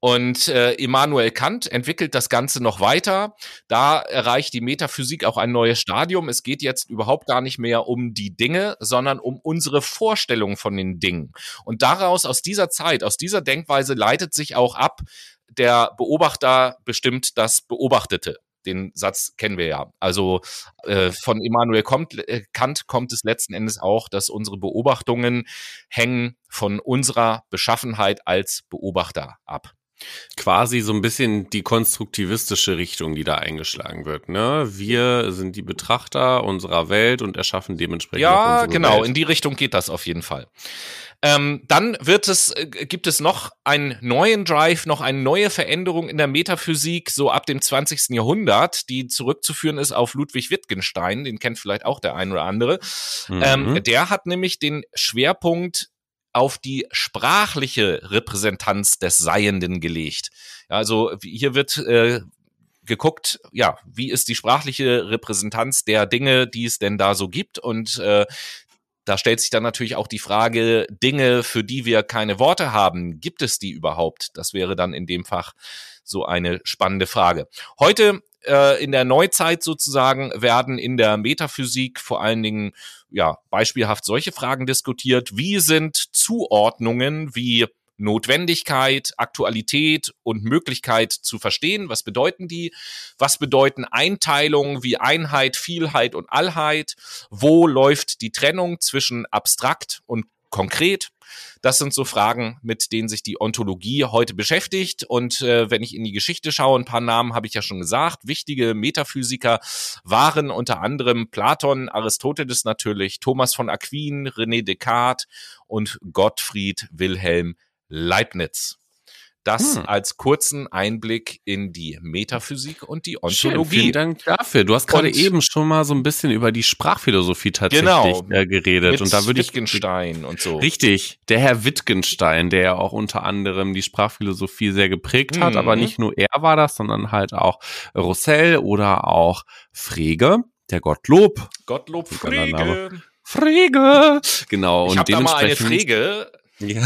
Und äh, Immanuel Kant entwickelt das Ganze noch weiter. Da erreicht die Metaphysik auch ein neues Stadium. Es geht jetzt überhaupt gar nicht mehr um die Dinge, sondern um unsere Vorstellung von den Dingen. Und daraus, aus dieser Zeit, aus dieser Denkweise leitet sich auch ab, der Beobachter bestimmt das Beobachtete. Den Satz kennen wir ja. Also äh, von Immanuel Kant kommt es letzten Endes auch, dass unsere Beobachtungen hängen von unserer Beschaffenheit als Beobachter ab. Quasi so ein bisschen die konstruktivistische Richtung, die da eingeschlagen wird, ne? Wir sind die Betrachter unserer Welt und erschaffen dementsprechend ja, auch unsere genau, Welt. in die Richtung geht das auf jeden Fall. Ähm, dann wird es, äh, gibt es noch einen neuen Drive, noch eine neue Veränderung in der Metaphysik, so ab dem zwanzigsten Jahrhundert, die zurückzuführen ist auf Ludwig Wittgenstein, den kennt vielleicht auch der ein oder andere. Mhm. Ähm, der hat nämlich den Schwerpunkt auf die sprachliche Repräsentanz des Seienden gelegt. Also hier wird äh, geguckt, ja, wie ist die sprachliche Repräsentanz der Dinge, die es denn da so gibt, und äh, da stellt sich dann natürlich auch die Frage, Dinge, für die wir keine Worte haben, gibt es die überhaupt? Das wäre dann in dem Fach so eine spannende Frage. Heute äh, in der Neuzeit sozusagen werden in der Metaphysik vor allen Dingen ja beispielhaft solche Fragen diskutiert. Wie sind Zuordnungen wie Notwendigkeit, Aktualität und Möglichkeit zu verstehen? Was bedeuten die? Was bedeuten Einteilungen wie Einheit, Vielheit und Allheit? Wo läuft die Trennung zwischen abstrakt und konkret? Das sind so Fragen, mit denen sich die Ontologie heute beschäftigt. Und äh, wenn ich in die Geschichte schaue, ein paar Namen habe ich ja schon gesagt. Wichtige Metaphysiker waren unter anderem Platon, Aristoteles natürlich, Thomas von Aquin, René Descartes und Gottfried Wilhelm Leibniz. Das hm. als kurzen Einblick in die Metaphysik und die Ontologie. Schön, vielen Dank dafür. Du hast gerade eben schon mal so ein bisschen über die Sprachphilosophie tatsächlich genau, äh, geredet. mit und da würde ich Wittgenstein und so. Richtig, der Herr Wittgenstein, der ja auch unter anderem die Sprachphilosophie sehr geprägt hat, mhm. aber nicht nur er war das, sondern halt auch Roussel oder auch Frege, der Gottlob. Gottlob Frege. Frege. Genau. Ich und habe da mal eine Frege. Ja,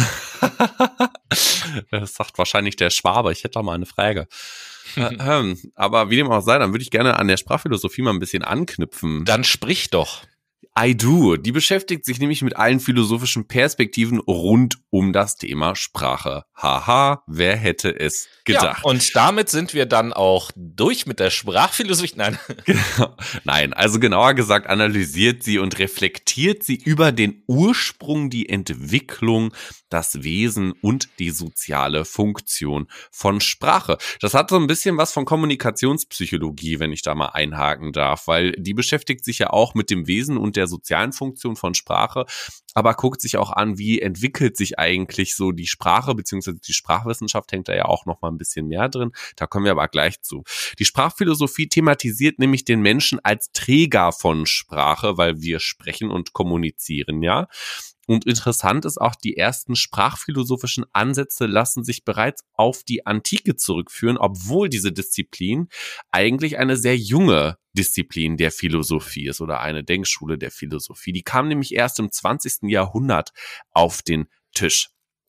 das sagt wahrscheinlich der Schwabe. Ich hätte da mal eine Frage. ähm, aber wie dem auch sei, dann würde ich gerne an der Sprachphilosophie mal ein bisschen anknüpfen. Dann sprich doch. I do. Die beschäftigt sich nämlich mit allen philosophischen Perspektiven rund um das Thema Sprache. Haha, wer hätte es gedacht? Ja, und damit sind wir dann auch durch mit der Sprachphilosophie. Nein. Genau. Nein, also genauer gesagt analysiert sie und reflektiert sie über den Ursprung, die Entwicklung, das Wesen und die soziale Funktion von Sprache. Das hat so ein bisschen was von Kommunikationspsychologie, wenn ich da mal einhaken darf, weil die beschäftigt sich ja auch mit dem Wesen und der sozialen Funktion von Sprache, aber guckt sich auch an, wie entwickelt sich eigentlich so die Sprache, beziehungsweise die Sprachwissenschaft hängt da ja auch noch mal ein bisschen mehr drin. Da kommen wir aber gleich zu. Die Sprachphilosophie thematisiert nämlich den Menschen als Träger von Sprache, weil wir sprechen und kommunizieren, ja. Und interessant ist auch, die ersten sprachphilosophischen Ansätze lassen sich bereits auf die Antike zurückführen, obwohl diese Disziplin eigentlich eine sehr junge Disziplin der Philosophie ist oder eine Denkschule der Philosophie. Die kam nämlich erst im zwanzigsten Jahrhundert auf den Tisch.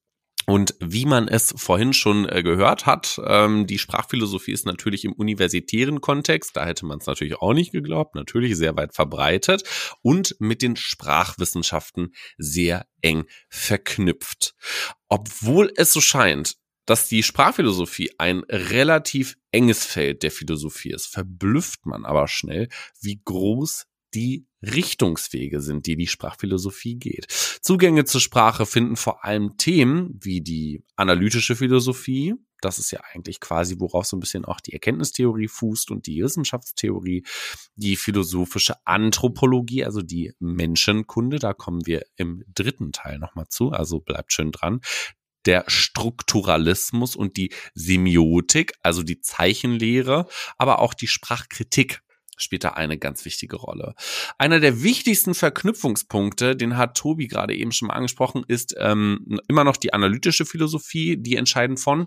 Und wie man es vorhin schon äh, gehört hat, ähm, die Sprachphilosophie ist natürlich im universitären Kontext, da hätte man es natürlich auch nicht geglaubt, natürlich sehr weit verbreitet und mit den Sprachwissenschaften sehr eng verknüpft. Obwohl es so scheint, dass die Sprachphilosophie ein relativ enges Feld der Philosophie ist, verblüfft man aber schnell, wie groß die Richtungswege sind, die die Sprachphilosophie geht. Zugänge zur Sprache finden vor allem Themen wie die analytische Philosophie, das ist ja eigentlich quasi, worauf so ein bisschen auch die Erkenntnistheorie fußt und die Wissenschaftstheorie, die philosophische Anthropologie, also die Menschenkunde, da kommen wir im dritten Teil nochmal zu, also bleibt schön dran, der Strukturalismus und die Semiotik, also die Zeichenlehre, aber auch die Sprachkritik spielt da eine ganz wichtige Rolle. Einer der wichtigsten Verknüpfungspunkte, den hat Tobi gerade eben schon mal angesprochen, ist ähm, immer noch die analytische Philosophie, die entscheiden von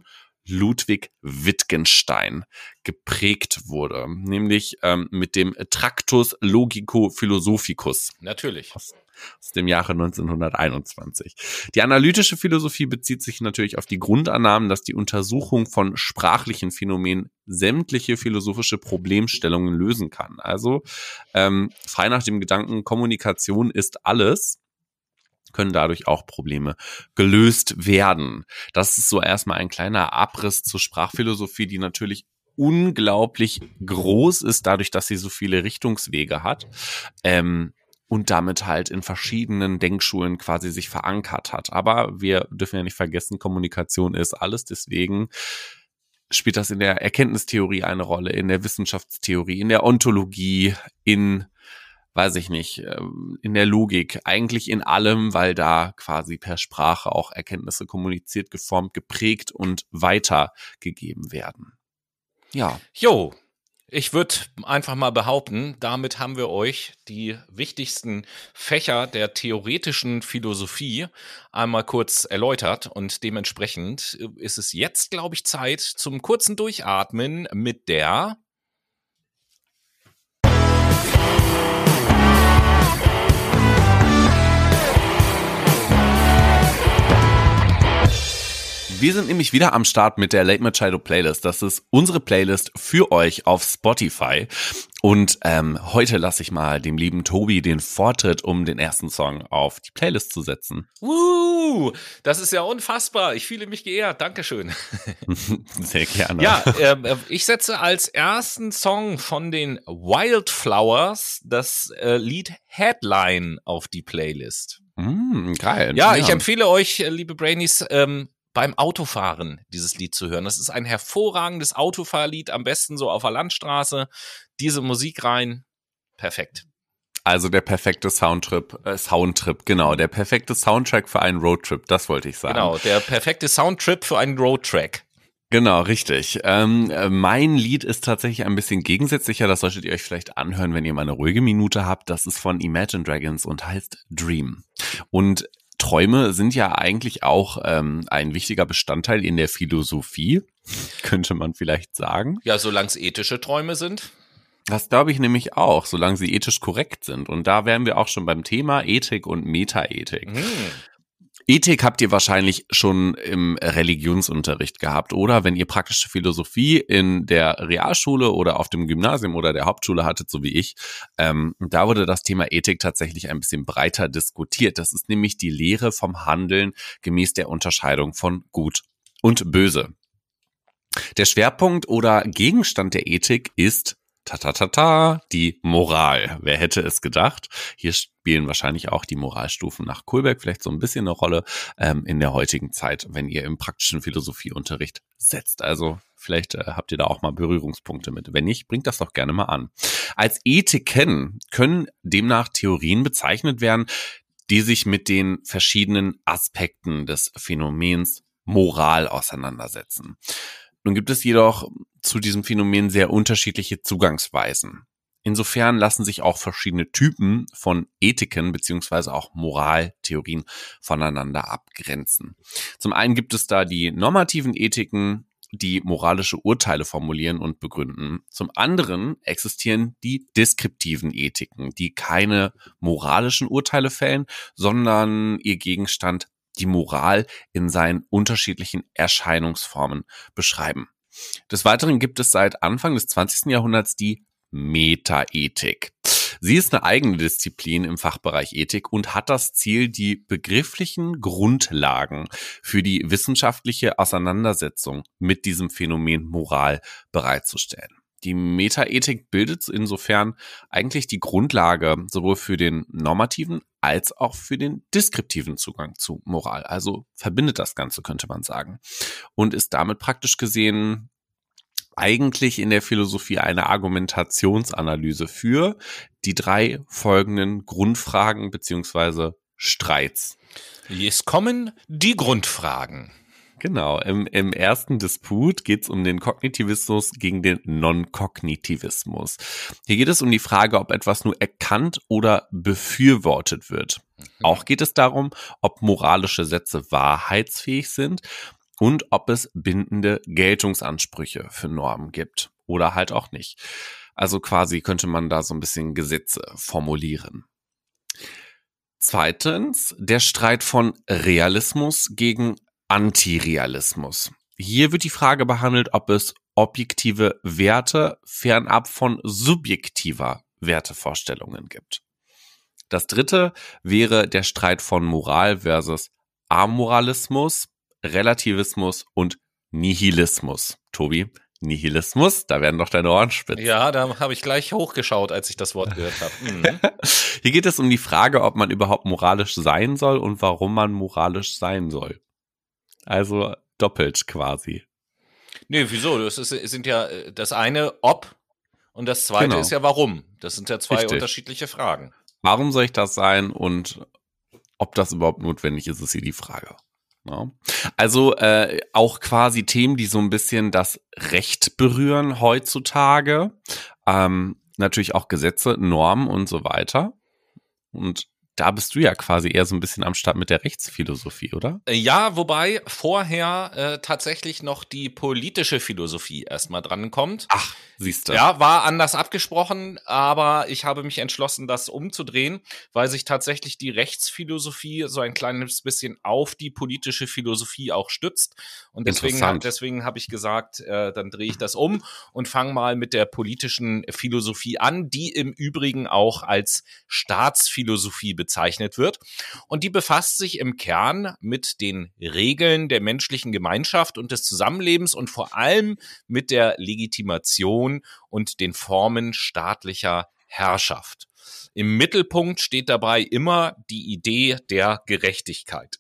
Ludwig Wittgenstein geprägt wurde, nämlich ähm, mit dem Tractus Logico-Philosophicus. Natürlich. Aus, aus dem Jahre neunzehnhunderteinundzwanzig. Die analytische Philosophie bezieht sich natürlich auf die Grundannahmen, dass die Untersuchung von sprachlichen Phänomenen sämtliche philosophische Problemstellungen lösen kann. Also ähm, frei nach dem Gedanken, Kommunikation ist alles, können dadurch auch Probleme gelöst werden. Das ist so erstmal ein kleiner Abriss zur Sprachphilosophie, die natürlich unglaublich groß ist, dadurch, dass sie so viele Richtungswege hat ähm, und damit halt in verschiedenen Denkschulen quasi sich verankert hat. Aber wir dürfen ja nicht vergessen, Kommunikation ist alles, deswegen spielt das in der Erkenntnistheorie eine Rolle, in der Wissenschaftstheorie, in der Ontologie, in weiß ich nicht, in der Logik, eigentlich in allem, weil da quasi per Sprache auch Erkenntnisse kommuniziert, geformt, geprägt und weitergegeben werden. Ja. Jo, ich würde einfach mal behaupten, damit haben wir euch die wichtigsten Fächer der theoretischen Philosophie einmal kurz erläutert und dementsprechend ist es jetzt, glaube ich, Zeit zum kurzen Durchatmen mit der Wir sind nämlich wieder am Start mit der Late Machado Playlist. Das ist unsere Playlist für euch auf Spotify. Und ähm, heute lasse ich mal dem lieben Tobi den Vortritt, um den ersten Song auf die Playlist zu setzen. Uh, das ist ja unfassbar. Ich fühle mich geehrt. Dankeschön. Sehr gerne. Ja, äh, ich setze als ersten Song von den Wildflowers das äh, Lied Headline auf die Playlist. Mm, geil. Ja, ja, ich empfehle euch, liebe Brainies, ähm, beim Autofahren dieses Lied zu hören. Das ist ein hervorragendes Autofahrlied, am besten so auf der Landstraße. Diese Musik rein, perfekt. Also der perfekte Soundtrip, äh, Soundtrip, genau, der perfekte Soundtrack für einen Roadtrip, das wollte ich sagen. Genau, der perfekte Soundtrip für einen Roadtrack. Genau, richtig. Ähm, mein Lied ist tatsächlich ein bisschen gegensätzlicher, das solltet ihr euch vielleicht anhören, wenn ihr mal eine ruhige Minute habt. Das ist von Imagine Dragons und heißt Dream. Und Träume sind ja eigentlich auch ähm, ein wichtiger Bestandteil in der Philosophie, könnte man vielleicht sagen. Ja, solange es ethische Träume sind. Das glaube ich nämlich auch, solange sie ethisch korrekt sind. Und da wären wir auch schon beim Thema Ethik und Metaethik. Hm. Ethik habt ihr wahrscheinlich schon im Religionsunterricht gehabt, oder? Wenn ihr praktische Philosophie in der Realschule oder auf dem Gymnasium oder der Hauptschule hattet, so wie ich, ähm, da wurde das Thema Ethik tatsächlich ein bisschen breiter diskutiert. Das ist nämlich die Lehre vom Handeln gemäß der Unterscheidung von Gut und Böse. Der Schwerpunkt oder Gegenstand der Ethik ist Ta ta ta ta, die Moral. Wer hätte es gedacht? Hier spielen wahrscheinlich auch die Moralstufen nach Kohlberg vielleicht so ein bisschen eine Rolle ähm, in der heutigen Zeit, wenn ihr im praktischen Philosophieunterricht setzt. Also vielleicht äh, habt ihr da auch mal Berührungspunkte mit. Wenn nicht, bringt das doch gerne mal an. Als Ethiken können demnach Theorien bezeichnet werden, die sich mit den verschiedenen Aspekten des Phänomens Moral auseinandersetzen. Nun gibt es jedoch zu diesem Phänomen sehr unterschiedliche Zugangsweisen. Insofern lassen sich auch verschiedene Typen von Ethiken beziehungsweise auch Moraltheorien voneinander abgrenzen. Zum einen gibt es da die normativen Ethiken, die moralische Urteile formulieren und begründen. Zum anderen existieren die deskriptiven Ethiken, die keine moralischen Urteile fällen, sondern ihr Gegenstand die Moral in seinen unterschiedlichen Erscheinungsformen beschreiben. Des Weiteren gibt es seit Anfang des zwanzigsten Jahrhunderts die Metaethik. Sie ist eine eigene Disziplin im Fachbereich Ethik und hat das Ziel, die begrifflichen Grundlagen für die wissenschaftliche Auseinandersetzung mit diesem Phänomen Moral bereitzustellen. Die Metaethik bildet insofern eigentlich die Grundlage sowohl für den normativen als auch für den deskriptiven Zugang zu Moral. Also verbindet das Ganze, könnte man sagen. Und ist damit praktisch gesehen eigentlich in der Philosophie eine Argumentationsanalyse für die drei folgenden Grundfragen beziehungsweise Streits. Jetzt kommen die Grundfragen. Genau, im, im ersten Disput geht es um den Kognitivismus gegen den Non-Kognitivismus. Hier geht es um die Frage, ob etwas nur erkannt oder befürwortet wird. Mhm. Auch geht es darum, ob moralische Sätze wahrheitsfähig sind und ob es bindende Geltungsansprüche für Normen gibt oder halt auch nicht. Also quasi könnte man da so ein bisschen Gesetze formulieren. Zweitens, der Streit von Realismus gegen Antirealismus. Hier wird die Frage behandelt, ob es objektive Werte fernab von subjektiver Wertevorstellungen gibt. Das dritte wäre der Streit von Moral versus Amoralismus, Relativismus und Nihilismus. Tobi, Nihilismus, da werden doch deine Ohren spitz. Ja, da habe ich gleich hochgeschaut, als ich das Wort gehört habe. Mhm. Hier geht es um die Frage, ob man überhaupt moralisch sein soll und warum man moralisch sein soll. Also doppelt quasi. Nee, wieso? Das ist, sind ja das eine ob und das zweite Genau. ist ja warum. Das sind ja zwei Richtig. unterschiedliche Fragen. Warum soll ich das sein und ob das überhaupt notwendig ist, ist hier die Frage. Ja. Also äh, auch quasi Themen, die so ein bisschen das Recht berühren heutzutage. Ähm, natürlich auch Gesetze, Normen und so weiter. Und da bist du ja quasi eher so ein bisschen am Start mit der Rechtsphilosophie, oder? Ja, wobei vorher äh, tatsächlich noch die politische Philosophie erstmal drankommt. Ach, siehst du. Ja, war anders abgesprochen, aber ich habe mich entschlossen, das umzudrehen, weil sich tatsächlich die Rechtsphilosophie so ein kleines bisschen auf die politische Philosophie auch stützt. Und deswegen, deswegen habe ich gesagt, äh, dann drehe ich das um und fange mal mit der politischen Philosophie an, die im Übrigen auch als Staatsphilosophie bezeichnet wird. Und die befasst sich im Kern mit den Regeln der menschlichen Gemeinschaft und des Zusammenlebens und vor allem mit der Legitimation und den Formen staatlicher Herrschaft. Im Mittelpunkt steht dabei immer die Idee der Gerechtigkeit.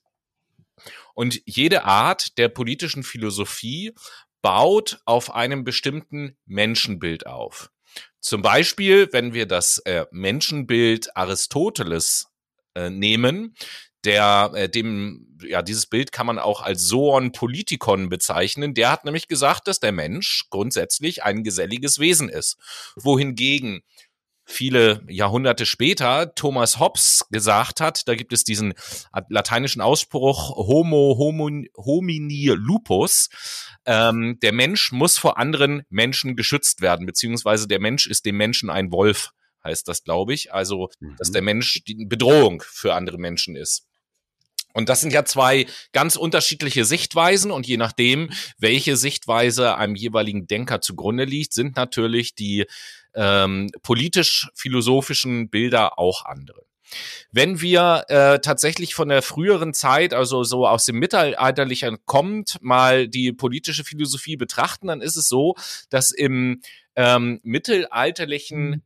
Und jede Art der politischen Philosophie baut auf einem bestimmten Menschenbild auf. Zum Beispiel, wenn wir das äh, Menschenbild Aristoteles äh, nehmen, der, äh, dem, ja, dieses Bild kann man auch als Zoon Politikon bezeichnen. Der hat nämlich gesagt, dass der Mensch grundsätzlich ein geselliges Wesen ist. Wohingegen viele Jahrhunderte später Thomas Hobbes gesagt hat, da gibt es diesen lateinischen Ausspruch Homo homini lupus, ähm, der Mensch muss vor anderen Menschen geschützt werden, beziehungsweise der Mensch ist dem Menschen ein Wolf, heißt das, glaube ich. Also, mhm. dass der Mensch die Bedrohung für andere Menschen ist. Und das sind ja zwei ganz unterschiedliche Sichtweisen und je nachdem, welche Sichtweise einem jeweiligen Denker zugrunde liegt, sind natürlich die ähm, politisch-philosophischen Bilder auch andere. Wenn wir äh, tatsächlich von der früheren Zeit, also so aus dem Mittelalterlichen kommt, mal die politische Philosophie betrachten, dann ist es so, dass im ähm, mittelalterlichen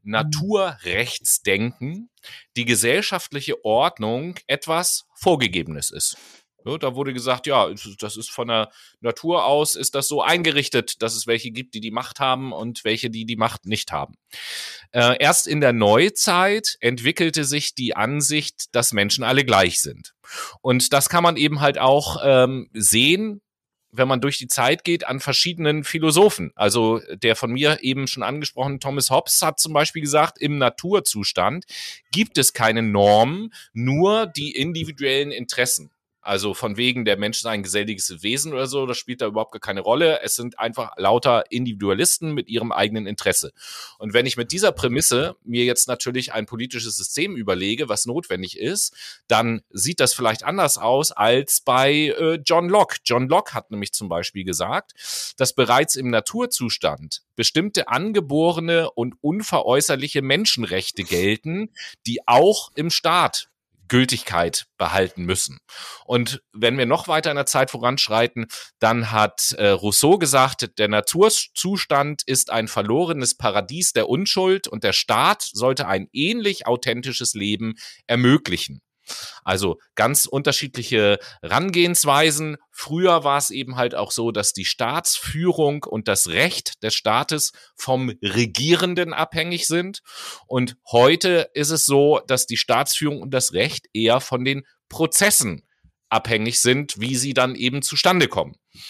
Naturrechtsdenken die gesellschaftliche Ordnung etwas Vorgegebenes ist. Ja, da wurde gesagt, ja, das ist von der Natur aus, ist das so eingerichtet, dass es welche gibt, die die Macht haben und welche, die die Macht nicht haben. Äh, erst in der Neuzeit entwickelte sich die Ansicht, dass Menschen alle gleich sind. Und das kann man eben halt auch ähm, sehen, wenn man durch die Zeit geht, an verschiedenen Philosophen. Also der von mir eben schon angesprochene Thomas Hobbes hat zum Beispiel gesagt, im Naturzustand gibt es keine Normen, nur die individuellen Interessen. Also von wegen, der Mensch ist ein geselliges Wesen oder so, das spielt da überhaupt gar keine Rolle. Es sind einfach lauter Individualisten mit ihrem eigenen Interesse. Und wenn ich mit dieser Prämisse mir jetzt natürlich ein politisches System überlege, was notwendig ist, dann sieht das vielleicht anders aus als bei äh, John Locke. John Locke hat nämlich zum Beispiel gesagt, dass bereits im Naturzustand bestimmte angeborene und unveräußerliche Menschenrechte gelten, die auch im Staat Gültigkeit behalten müssen. Und wenn wir noch weiter in der Zeit voranschreiten, dann hat äh, Rousseau gesagt, der Naturzustand ist ein verlorenes Paradies der Unschuld und der Staat sollte ein ähnlich authentisches Leben ermöglichen. Also ganz unterschiedliche Herangehensweisen. Früher war es eben halt auch so, dass die Staatsführung und das Recht des Staates vom Regierenden abhängig sind. Und heute ist es so, dass die Staatsführung und das Recht eher von den Prozessen abhängig sind, wie sie dann eben zustande kommen.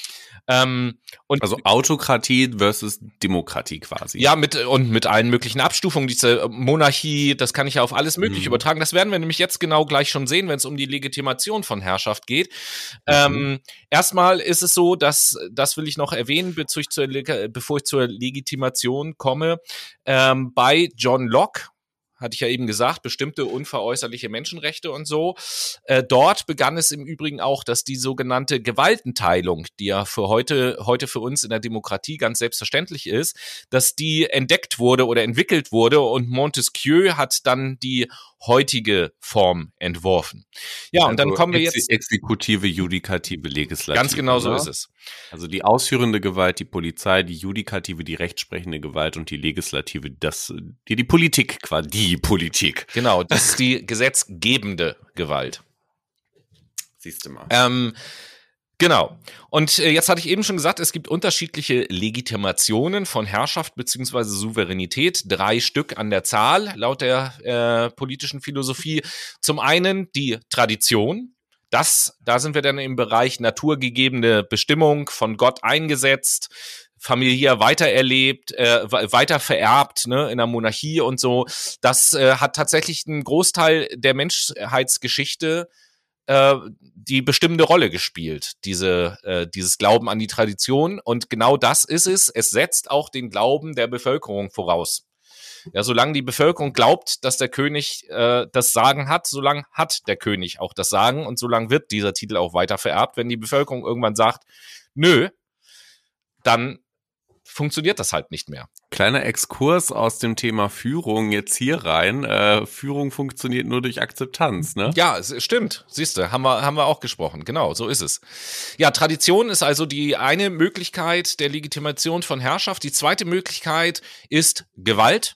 Ähm, und also Autokratie versus Demokratie quasi. Ja, mit und mit allen möglichen Abstufungen. Diese Monarchie, das kann ich ja auf alles Mögliche mhm. übertragen. Das werden wir nämlich jetzt genau gleich schon sehen, wenn es um die Legitimation von Herrschaft geht. Mhm. Ähm, erstmal ist es so, dass, das will ich noch erwähnen, bevor ich zur, bevor ich zur Legitimation komme, ähm, bei John Locke, hatte ich ja eben gesagt, bestimmte unveräußerliche Menschenrechte und so. Äh, dort begann es im Übrigen auch, dass die sogenannte Gewaltenteilung, die ja für heute, heute für uns in der Demokratie ganz selbstverständlich ist, dass die entdeckt wurde oder entwickelt wurde und Montesquieu hat dann die heutige Form entworfen. Ja, also und dann kommen wir Ex- jetzt... Exekutive, Judikative, Legislative. Ganz genau so oder? ist es. Also die ausführende Gewalt, die Polizei, die Judikative, die rechtsprechende Gewalt und die Legislative, das, die, die Politik quasi, die Politik. Genau, das ist die gesetzgebende Gewalt. Siehst du mal. Ähm, Genau. Und äh, jetzt hatte ich eben schon gesagt, es gibt unterschiedliche Legitimationen von Herrschaft bzw. Souveränität, drei Stück an der Zahl laut der äh, politischen Philosophie. Zum einen die Tradition. Das, da sind wir dann im Bereich naturgegebene Bestimmung, von Gott eingesetzt, familiär weitererlebt, äh, weiter vererbt, ne, in der Monarchie und so. Das äh, hat tatsächlich einen Großteil der Menschheitsgeschichte die bestimmende Rolle gespielt, diese, äh, dieses Glauben an die Tradition. Und genau das ist es. Es setzt auch den Glauben der Bevölkerung voraus. Ja, solange die Bevölkerung glaubt, dass der König äh, das Sagen hat, solange hat der König auch das Sagen und solange wird dieser Titel auch weiter vererbt. Wenn die Bevölkerung irgendwann sagt, nö, dann funktioniert das halt nicht mehr. Kleiner Exkurs aus dem Thema Führung jetzt hier rein. Äh, Führung funktioniert nur durch Akzeptanz, ne? Ja, es stimmt. Siehst du, haben wir, haben wir auch gesprochen. Genau, so ist es. Ja, Tradition ist also die eine Möglichkeit der Legitimation von Herrschaft. Die zweite Möglichkeit ist Gewalt.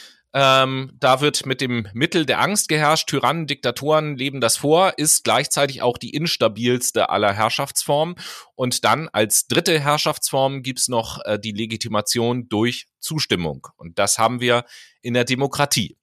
Ähm, da wird mit dem Mittel der Angst geherrscht. Tyrannen, Diktatoren leben das vor, ist gleichzeitig auch die instabilste aller Herrschaftsformen. Und dann als dritte Herrschaftsform gibt's noch äh, die Legitimation durch Zustimmung. Und das haben wir in der Demokratie.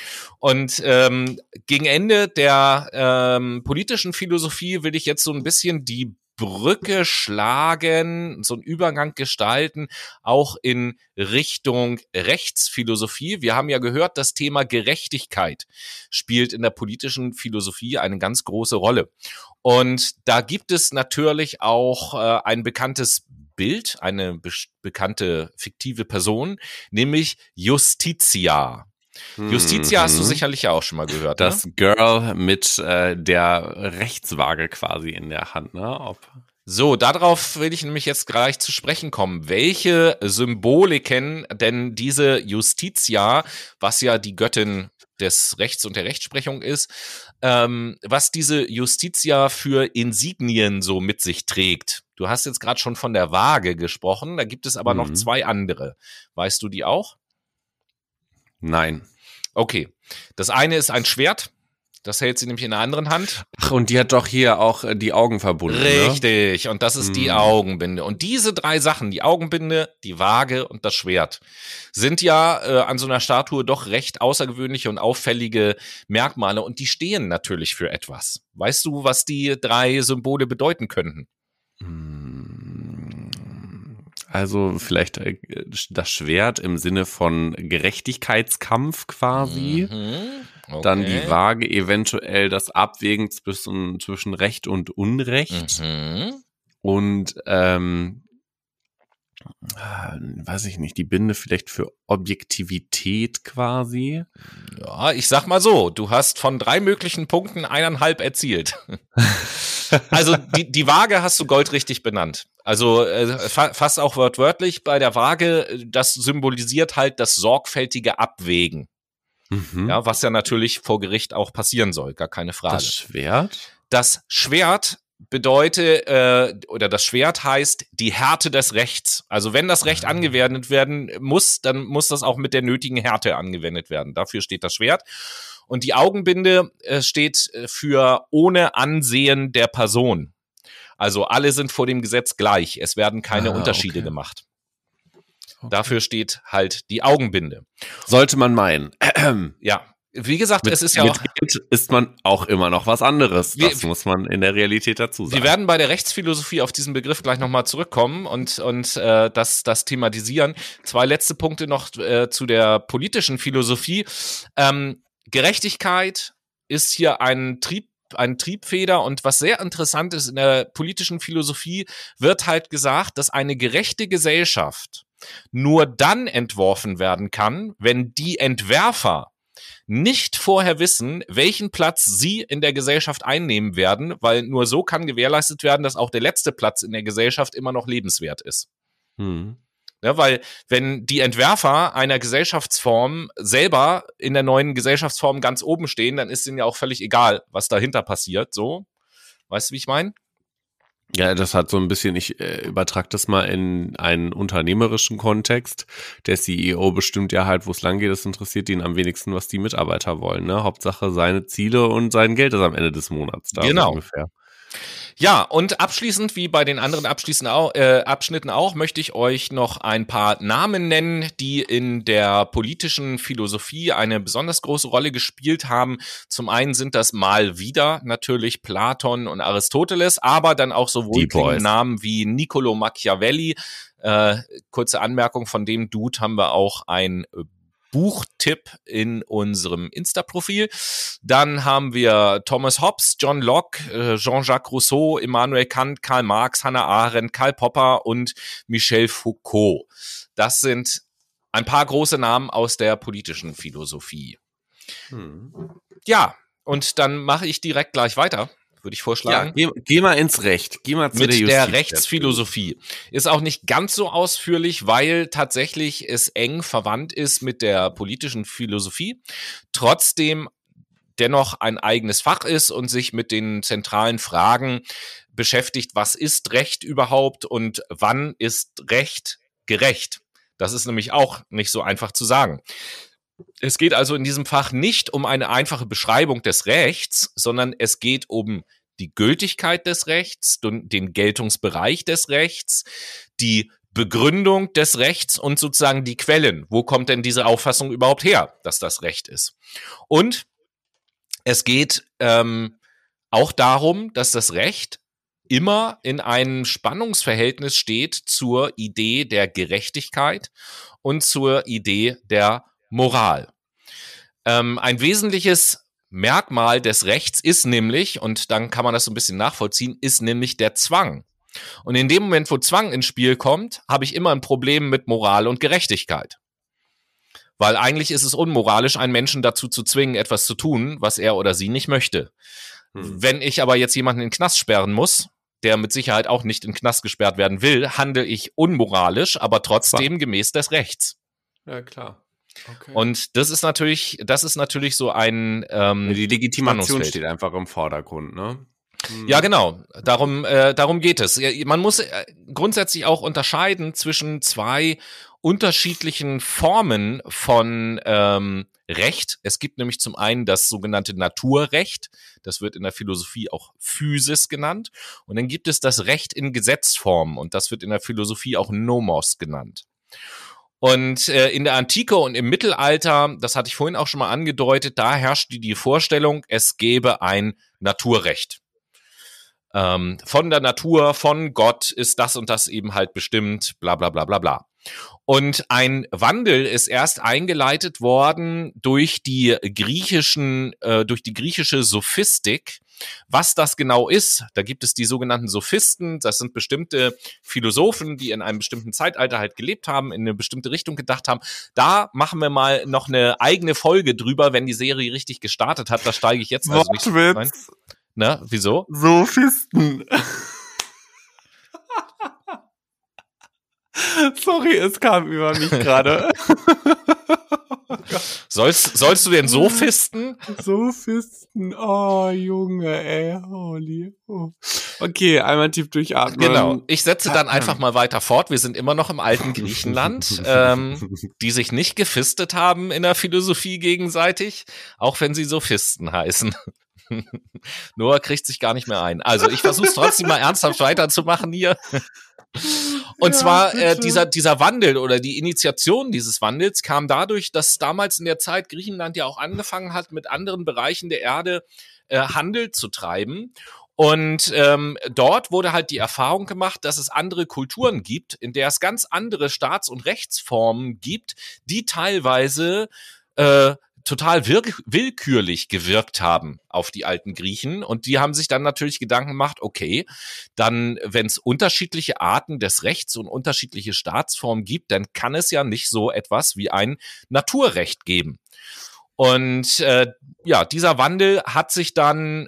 Und ähm, gegen Ende der ähm, politischen Philosophie will ich jetzt so ein bisschen die Brücke schlagen, so einen Übergang gestalten, auch in Richtung Rechtsphilosophie. Wir haben ja gehört, das Thema Gerechtigkeit spielt in der politischen Philosophie eine ganz große Rolle. Und da gibt es natürlich auch äh, ein bekanntes Bild, eine be- bekannte fiktive Person, nämlich Justitia. Justitia hast du sicherlich ja auch schon mal gehört. Das ne? Girl mit äh, der Rechtswaage quasi in der Hand, ne? Ob So, darauf will ich nämlich jetzt gleich zu sprechen kommen. Welche Symboliken denn diese Justitia, was ja die Göttin des Rechts und der Rechtsprechung ist, ähm, was diese Justitia für Insignien so mit sich trägt. Du hast jetzt gerade schon von der Waage gesprochen, da gibt es aber mhm. noch zwei andere. Weißt du die auch? Nein. Okay. Das eine ist ein Schwert. Das hält sie nämlich in der anderen Hand. Ach, und die hat doch hier auch die Augen verbunden. Richtig. Ne? Und das ist hm. die Augenbinde. Und diese drei Sachen, die Augenbinde, die Waage und das Schwert, sind ja äh, an so einer Statue doch recht außergewöhnliche und auffällige Merkmale. Und die stehen natürlich für etwas. Weißt du, was die drei Symbole bedeuten könnten? Also vielleicht das Schwert im Sinne von Gerechtigkeitskampf quasi. Mhm. Okay. Dann die Waage, eventuell das Abwägen zwischen, zwischen Recht und Unrecht. Mhm. Und ähm, weiß ich nicht, die Binde vielleicht für Objektivität quasi. Ja, ich sag mal so, du hast von drei möglichen Punkten eineinhalb erzielt. Also die, die Waage hast du goldrichtig benannt. Also äh, fa- fast auch wortwörtlich bei der Waage, das symbolisiert halt das sorgfältige Abwägen. Mhm. Ja, was ja natürlich vor Gericht auch passieren soll, gar keine Frage. Das Schwert? Das Schwert bedeutet, äh, oder das Schwert heißt die Härte des Rechts. Also wenn das Recht angewendet werden muss, dann muss das auch mit der nötigen Härte angewendet werden. Dafür steht das Schwert. Und die Augenbinde äh, steht für ohne Ansehen der Person. Also alle sind vor dem Gesetz gleich. Es werden keine ah, Unterschiede okay. gemacht. Okay. Dafür steht halt die Augenbinde. Sollte man meinen. Ja. Wie gesagt, mit, es ist ja mit auch... Geld ist man auch immer noch was anderes. Das wir, muss man in der Realität dazu sagen. Wir werden bei der Rechtsphilosophie auf diesen Begriff gleich nochmal zurückkommen und, und äh, das, das thematisieren. Zwei letzte Punkte noch äh, zu der politischen Philosophie. Ähm, Gerechtigkeit ist hier ein Trieb, ein Triebfeder, und was sehr interessant ist, in der politischen Philosophie wird halt gesagt, dass eine gerechte Gesellschaft nur dann entworfen werden kann, wenn die Entwerfer nicht vorher wissen, welchen Platz sie in der Gesellschaft einnehmen werden, weil nur so kann gewährleistet werden, dass auch der letzte Platz in der Gesellschaft immer noch lebenswert ist. Hm. Ja, weil wenn die Entwerfer einer Gesellschaftsform selber in der neuen Gesellschaftsform ganz oben stehen, dann ist ihnen ja auch völlig egal, was dahinter passiert. So, weißt du, wie ich meine? Ja, das hat so ein bisschen, ich äh, übertrage das mal in einen unternehmerischen Kontext. Der C E O bestimmt ja halt, wo es lang geht, das interessiert ihn am wenigsten, was die Mitarbeiter wollen. Ne? Hauptsache seine Ziele und sein Geld ist am Ende des Monats da. Genau. So ungefähr. Ja, und abschließend, wie bei den anderen abschließend auch, äh, Abschnitten auch, möchte ich euch noch ein paar Namen nennen, die in der politischen Philosophie eine besonders große Rolle gespielt haben. Zum einen sind das mal wieder natürlich Platon und Aristoteles, aber dann auch so wohlklingende Namen wie Niccolo Machiavelli. Äh, kurze Anmerkung, von dem Dude haben wir auch ein Buchtipp in unserem Insta-Profil. Dann haben wir Thomas Hobbes, John Locke, Jean-Jacques Rousseau, Immanuel Kant, Karl Marx, Hannah Arendt, Karl Popper und Michel Foucault. Das sind ein paar große Namen aus der politischen Philosophie. Hm. Ja, und dann mache ich direkt gleich weiter. Würde ich vorschlagen. Ja, geh, geh mal ins Recht. Geh mal zu Mit der, der Rechtsphilosophie. Ist auch nicht ganz so ausführlich, weil tatsächlich es eng verwandt ist mit der politischen Philosophie. Trotzdem dennoch ein eigenes Fach ist und sich mit den zentralen Fragen beschäftigt, was ist Recht überhaupt und wann ist Recht gerecht? Das ist nämlich auch nicht so einfach zu sagen. Es geht also in diesem Fach nicht um eine einfache Beschreibung des Rechts, sondern es geht um die Gültigkeit des Rechts, den Geltungsbereich des Rechts, die Begründung des Rechts und sozusagen die Quellen. Wo kommt denn diese Auffassung überhaupt her, dass das Recht ist? Und es geht ähm, auch darum, dass das Recht immer in einem Spannungsverhältnis steht zur Idee der Gerechtigkeit und zur Idee der Moral. Ähm, ein wesentliches Merkmal des Rechts ist nämlich, und dann kann man das so ein bisschen nachvollziehen, ist nämlich der Zwang. Und in dem Moment, wo Zwang ins Spiel kommt, habe ich immer ein Problem mit Moral und Gerechtigkeit. Weil eigentlich ist es unmoralisch, einen Menschen dazu zu zwingen, etwas zu tun, was er oder sie nicht möchte. Hm. Wenn ich aber jetzt jemanden in den Knast sperren muss, der mit Sicherheit auch nicht in den Knast gesperrt werden will, handle ich unmoralisch, aber trotzdem gemäß des Rechts. Ja, klar. Okay. Und das ist natürlich, das ist natürlich so ein ähm, die Legitimation steht einfach im Vordergrund, ne? Hm. Ja, genau. Darum, äh, darum geht es. Man muss äh, grundsätzlich auch unterscheiden zwischen zwei unterschiedlichen Formen von ähm, Recht. Es gibt nämlich zum einen das sogenannte Naturrecht. Das wird in der Philosophie auch Physis genannt. Und dann gibt es das Recht in Gesetzform. Und das wird in der Philosophie auch Nomos genannt. Und äh, in der Antike und im Mittelalter, das hatte ich vorhin auch schon mal angedeutet, da herrschte die Vorstellung, es gäbe ein Naturrecht. Ähm, von der Natur, von Gott ist das und das eben halt bestimmt, bla bla bla bla bla. Und ein Wandel ist erst eingeleitet worden durch die griechischen, äh, durch die griechische Sophistik. Was das genau ist, da gibt es die sogenannten Sophisten, das sind bestimmte Philosophen, die in einem bestimmten Zeitalter halt gelebt haben, in eine bestimmte Richtung gedacht haben. Da machen wir mal noch eine eigene Folge drüber, wenn die Serie richtig gestartet hat. Da steige ich jetzt also nicht rein. Na, wieso? Sophisten. Sorry, es kam über mich gerade. Sollst, sollst du denn Sophisten? Sophisten, oh Junge, ey, holy. Oh. Okay, einmal tief durchatmen. Genau, ich setze dann einfach mal weiter fort. Wir sind immer noch im alten Griechenland, ähm, die sich nicht gefistet haben in der Philosophie gegenseitig, auch wenn sie Sophisten heißen. Noah kriegt sich gar nicht mehr ein. Also ich versuche es trotzdem mal ernsthaft weiterzumachen hier. Und Ja, zwar äh, bitte. dieser dieser Wandel oder die Initiation dieses Wandels kam dadurch, dass damals in der Zeit Griechenland ja auch angefangen hat, mit anderen Bereichen der Erde äh, Handel zu treiben. Und ähm, dort wurde halt die Erfahrung gemacht, dass es andere Kulturen gibt, in der es ganz andere Staats- und Rechtsformen gibt, die teilweise äh, total wirk- willkürlich gewirkt haben auf die alten Griechen. Und die haben sich dann natürlich Gedanken gemacht, okay, dann, wenn es unterschiedliche Arten des Rechts und unterschiedliche Staatsformen gibt, dann kann es ja nicht so etwas wie ein Naturrecht geben. Und äh, ja, dieser Wandel hat sich dann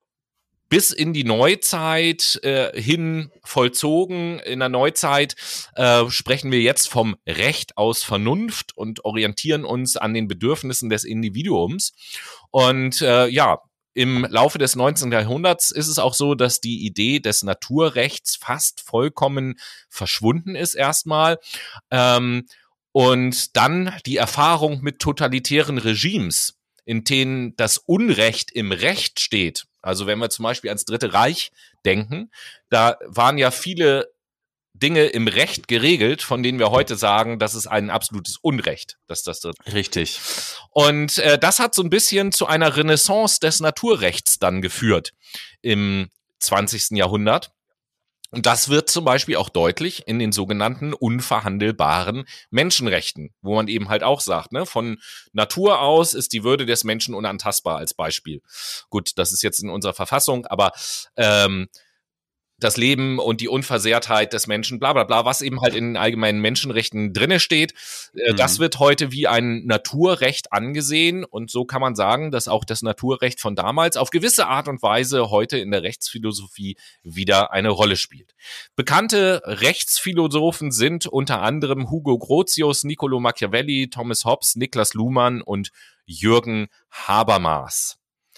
bis in die Neuzeit äh, hin vollzogen. In der Neuzeit äh, sprechen wir jetzt vom Recht aus Vernunft und orientieren uns an den Bedürfnissen des Individuums. Und äh, ja, im Laufe des neunzehnten Jahrhunderts ist es auch so, dass die Idee des Naturrechts fast vollkommen verschwunden ist erstmal. Ähm, und dann die Erfahrung mit totalitären Regimes, in denen das Unrecht im Recht steht. Also wenn wir zum Beispiel ans Dritte Reich denken, da waren ja viele Dinge im Recht geregelt, von denen wir heute sagen, das ist ein absolutes Unrecht, dass das drin. Richtig. Und äh, das hat so ein bisschen zu einer Renaissance des Naturrechts dann geführt im zwanzigsten Jahrhundert. Und das wird zum Beispiel auch deutlich in den sogenannten unverhandelbaren Menschenrechten, wo man eben halt auch sagt, ne, von Natur aus ist die Würde des Menschen unantastbar als Beispiel. Gut, das ist jetzt in unserer Verfassung, aber ähm, das Leben und die Unversehrtheit des Menschen, bla bla bla, was eben halt in den allgemeinen Menschenrechten drinne steht, äh, mhm. das wird heute wie ein Naturrecht angesehen. Und so kann man sagen, dass auch das Naturrecht von damals auf gewisse Art und Weise heute in der Rechtsphilosophie wieder eine Rolle spielt. Bekannte Rechtsphilosophen sind unter anderem Hugo Grotius, Niccolo Machiavelli, Thomas Hobbes, Niklas Luhmann und Jürgen Habermas.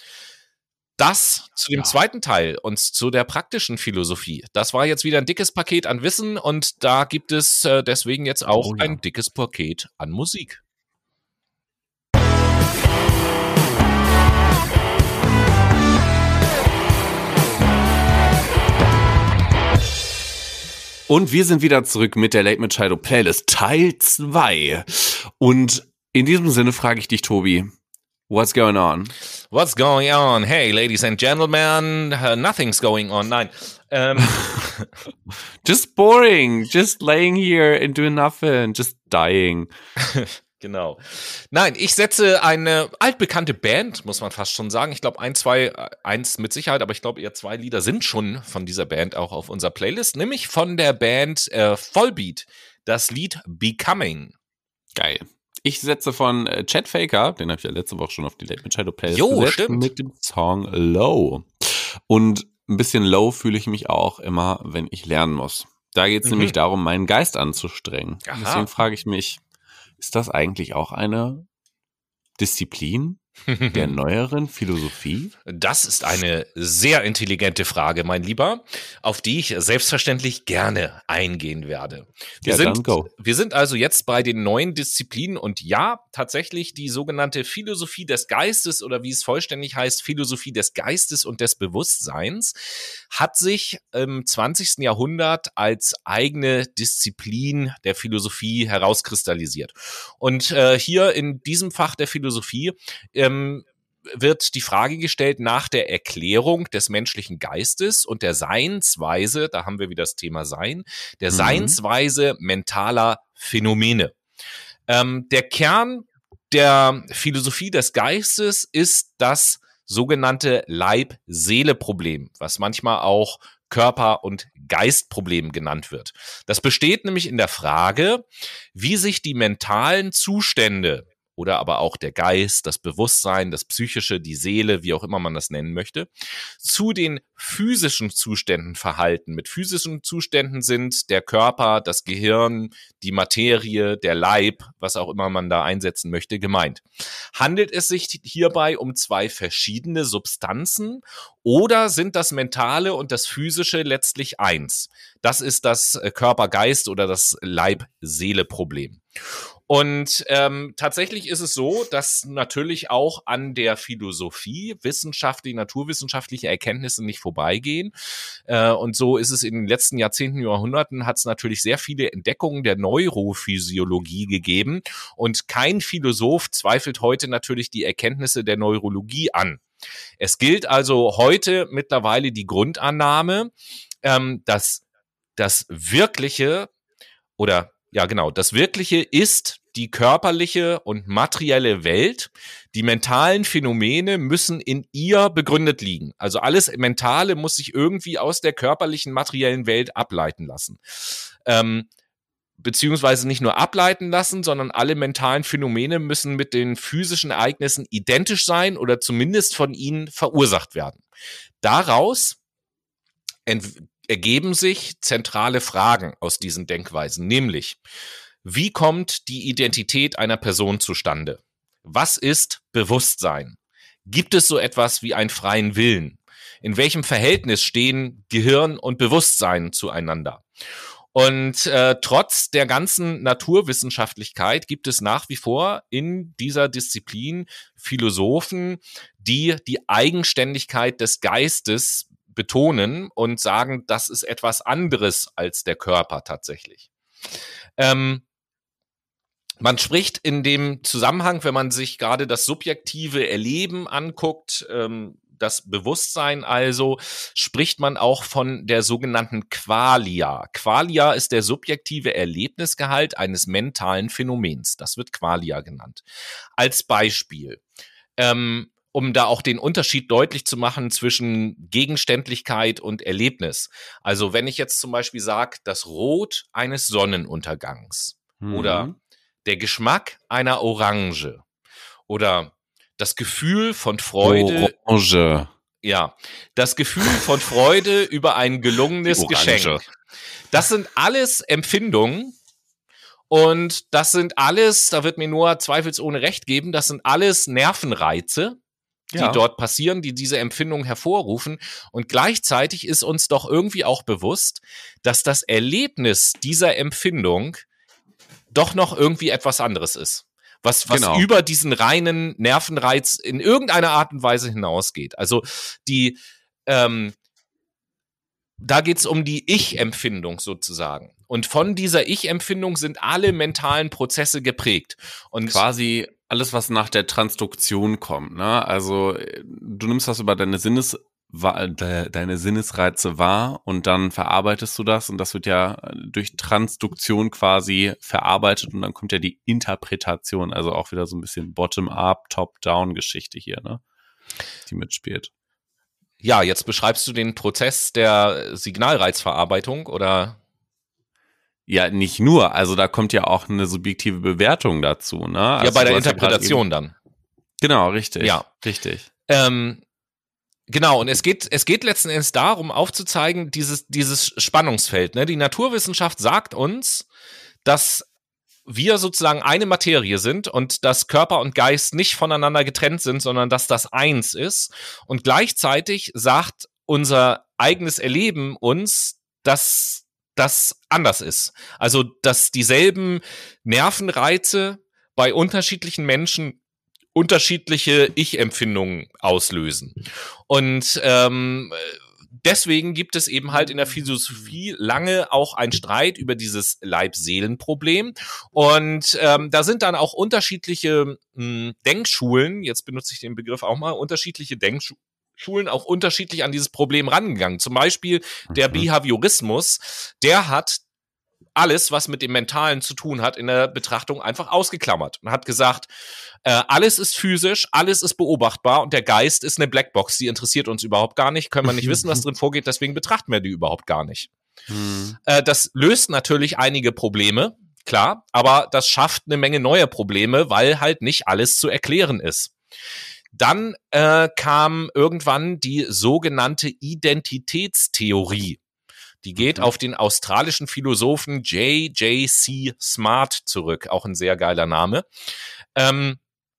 Das zu dem ja. zweiten Teil und zu der praktischen Philosophie. Das war jetzt wieder ein dickes Paket an Wissen und da gibt es äh, deswegen jetzt auch oh, ja. ein dickes Paket an Musik. Und wir sind wieder zurück mit der Late Machado Playlist Teil zwei. Und in diesem Sinne frage ich dich, Tobi, what's going on? What's going on? Hey, ladies and gentlemen, uh, nothing's going on. Nein. Um, just boring. Just laying here and doing nothing. Just dying. Genau. Nein, ich setze eine altbekannte Band, muss man fast schon sagen. Ich glaube, ein, zwei, eins mit Sicherheit, aber ich glaube, eher zwei Lieder sind schon von dieser Band auch auf unserer Playlist, nämlich von der Band äh, Volbeat, das Lied Becoming. Geil. Ich setze von äh, Chet Faker, den habe ich ja letzte Woche schon auf die Late Machado Playlist jo, gesetzt, stimmt. mit dem Song Low. Und ein bisschen low fühle ich mich auch immer, wenn ich lernen muss. Da geht es mhm. nämlich darum, meinen Geist anzustrengen. Aha. Deswegen frage ich mich, ist das eigentlich auch eine Disziplin der neueren Philosophie? Das ist eine sehr intelligente Frage, mein Lieber, auf die ich selbstverständlich gerne eingehen werde. Wir, ja, sind, dann go. wir sind also jetzt bei den neuen Disziplinen und ja, tatsächlich die sogenannte Philosophie des Geistes oder wie es vollständig heißt, Philosophie des Geistes und des Bewusstseins hat sich im zwanzigsten Jahrhundert als eigene Disziplin der Philosophie herauskristallisiert. Und äh, hier in diesem Fach der Philosophie äh, wird die Frage gestellt nach der Erklärung des menschlichen Geistes und der Seinsweise, da haben wir wieder das Thema Sein, der mhm. Seinsweise mentaler Phänomene. Ähm, der Kern der Philosophie des Geistes ist das sogenannte Leib-Seele-Problem, was manchmal auch Körper- und Geistproblem genannt wird. Das besteht nämlich in der Frage, wie sich die mentalen Zustände oder aber auch der Geist, das Bewusstsein, das Psychische, die Seele, wie auch immer man das nennen möchte, zu den physischen Zuständen verhalten. Mit physischen Zuständen sind der Körper, das Gehirn, die Materie, der Leib, was auch immer man da einsetzen möchte, gemeint. Handelt es sich hierbei um zwei verschiedene Substanzen oder sind das Mentale und das Physische letztlich eins? Das ist das Körper-Geist oder das Leib-Seele-Problem. Und ähm, tatsächlich ist es so, dass natürlich auch an der Philosophie wissenschaftliche, naturwissenschaftliche Erkenntnisse nicht vorbeigehen. Äh, und so ist es in den letzten Jahrzehnten, Jahrhunderten, hat es natürlich sehr viele Entdeckungen der Neurophysiologie gegeben. Und kein Philosoph zweifelt heute natürlich die Erkenntnisse der Neurologie an. Es gilt also heute mittlerweile die Grundannahme, ähm, dass das Wirkliche oder ja genau, das Wirkliche ist die körperliche und materielle Welt. Die mentalen Phänomene müssen in ihr begründet liegen. Also alles Mentale muss sich irgendwie aus der körperlichen, materiellen Welt ableiten lassen. Ähm, beziehungsweise nicht nur ableiten lassen, sondern alle mentalen Phänomene müssen mit den physischen Ereignissen identisch sein oder zumindest von ihnen verursacht werden. Daraus ent- ergeben sich zentrale Fragen aus diesen Denkweisen, nämlich, wie kommt die Identität einer Person zustande? Was ist Bewusstsein? Gibt es so etwas wie einen freien Willen? In welchem Verhältnis stehen Gehirn und Bewusstsein zueinander? Und äh, trotz der ganzen Naturwissenschaftlichkeit gibt es nach wie vor in dieser Disziplin Philosophen, die die Eigenständigkeit des Geistes betonen und sagen, das ist etwas anderes als der Körper tatsächlich. Ähm, man spricht in dem Zusammenhang, wenn man sich gerade das subjektive Erleben anguckt, ähm, das Bewusstsein also, spricht man auch von der sogenannten Qualia. Qualia ist der subjektive Erlebnisgehalt eines mentalen Phänomens. Das wird Qualia genannt. Als Beispiel, ähm, um da auch den Unterschied deutlich zu machen zwischen Gegenständlichkeit und Erlebnis. Also wenn ich jetzt zum Beispiel sage, das Rot eines Sonnenuntergangs mhm. oder der Geschmack einer Orange oder das Gefühl von Freude. Orange. Ja, das Gefühl von Freude über ein gelungenes Geschenk. Das sind alles Empfindungen und das sind alles, da wird mir Noah zweifelsohne recht geben, das sind alles Nervenreize, die ja. dort passieren, die diese Empfindung hervorrufen. Und gleichzeitig ist uns doch irgendwie auch bewusst, dass das Erlebnis dieser Empfindung doch noch irgendwie etwas anderes ist. Was, was genau. über diesen reinen Nervenreiz in irgendeiner Art und Weise hinausgeht. Also die, ähm, da geht's um die Ich-Empfindung sozusagen. Und von dieser Ich-Empfindung sind alle mentalen Prozesse geprägt. Und quasi alles, was nach der Transduktion kommt, ne? Also du nimmst das über deine Sinnes deine Sinnesreize wahr und dann verarbeitest du das und das wird ja durch Transduktion quasi verarbeitet und dann kommt ja die Interpretation, also auch wieder so ein bisschen Bottom-up, Top-down-Geschichte hier, ne? Die mitspielt. Ja, jetzt beschreibst du den Prozess der Signalreizverarbeitung, oder? Ja, nicht nur, also da kommt ja auch eine subjektive Bewertung dazu, ne? Also ja, bei der Interpretation ja dann. Genau, richtig. Ja, richtig. Ähm, Genau, und es geht, es geht letzten Endes darum, aufzuzeigen, dieses, dieses Spannungsfeld, ne? Die Naturwissenschaft sagt uns, dass wir sozusagen eine Materie sind und dass Körper und Geist nicht voneinander getrennt sind, sondern dass das eins ist. Und gleichzeitig sagt unser eigenes Erleben uns, dass das anders ist. Also, dass dieselben Nervenreize bei unterschiedlichen Menschen unterschiedliche Ich-Empfindungen auslösen. Und ähm, deswegen gibt es eben halt in der Philosophie lange auch einen Streit über dieses Leib-Seelen-Problem. Und ähm, da sind dann auch unterschiedliche mh, Denkschulen, jetzt benutze ich den Begriff auch mal, unterschiedliche Denkschulen auch unterschiedlich an dieses Problem rangegangen. Zum Beispiel der mhm. Behaviorismus, der hat alles, was mit dem Mentalen zu tun hat, in der Betrachtung einfach ausgeklammert und hat gesagt, äh, alles ist physisch, alles ist beobachtbar und der Geist ist eine Blackbox, die interessiert uns überhaupt gar nicht, können wir nicht wissen, was drin vorgeht, deswegen betrachten wir die überhaupt gar nicht. Hm. Äh, das löst natürlich einige Probleme, klar, aber das schafft eine Menge neuer Probleme, weil halt nicht alles zu erklären ist. Dann äh, kam irgendwann die sogenannte Identitätstheorie. Die geht auf den australischen Philosophen J J C Smart zurück, auch ein sehr geiler Name. Ähm,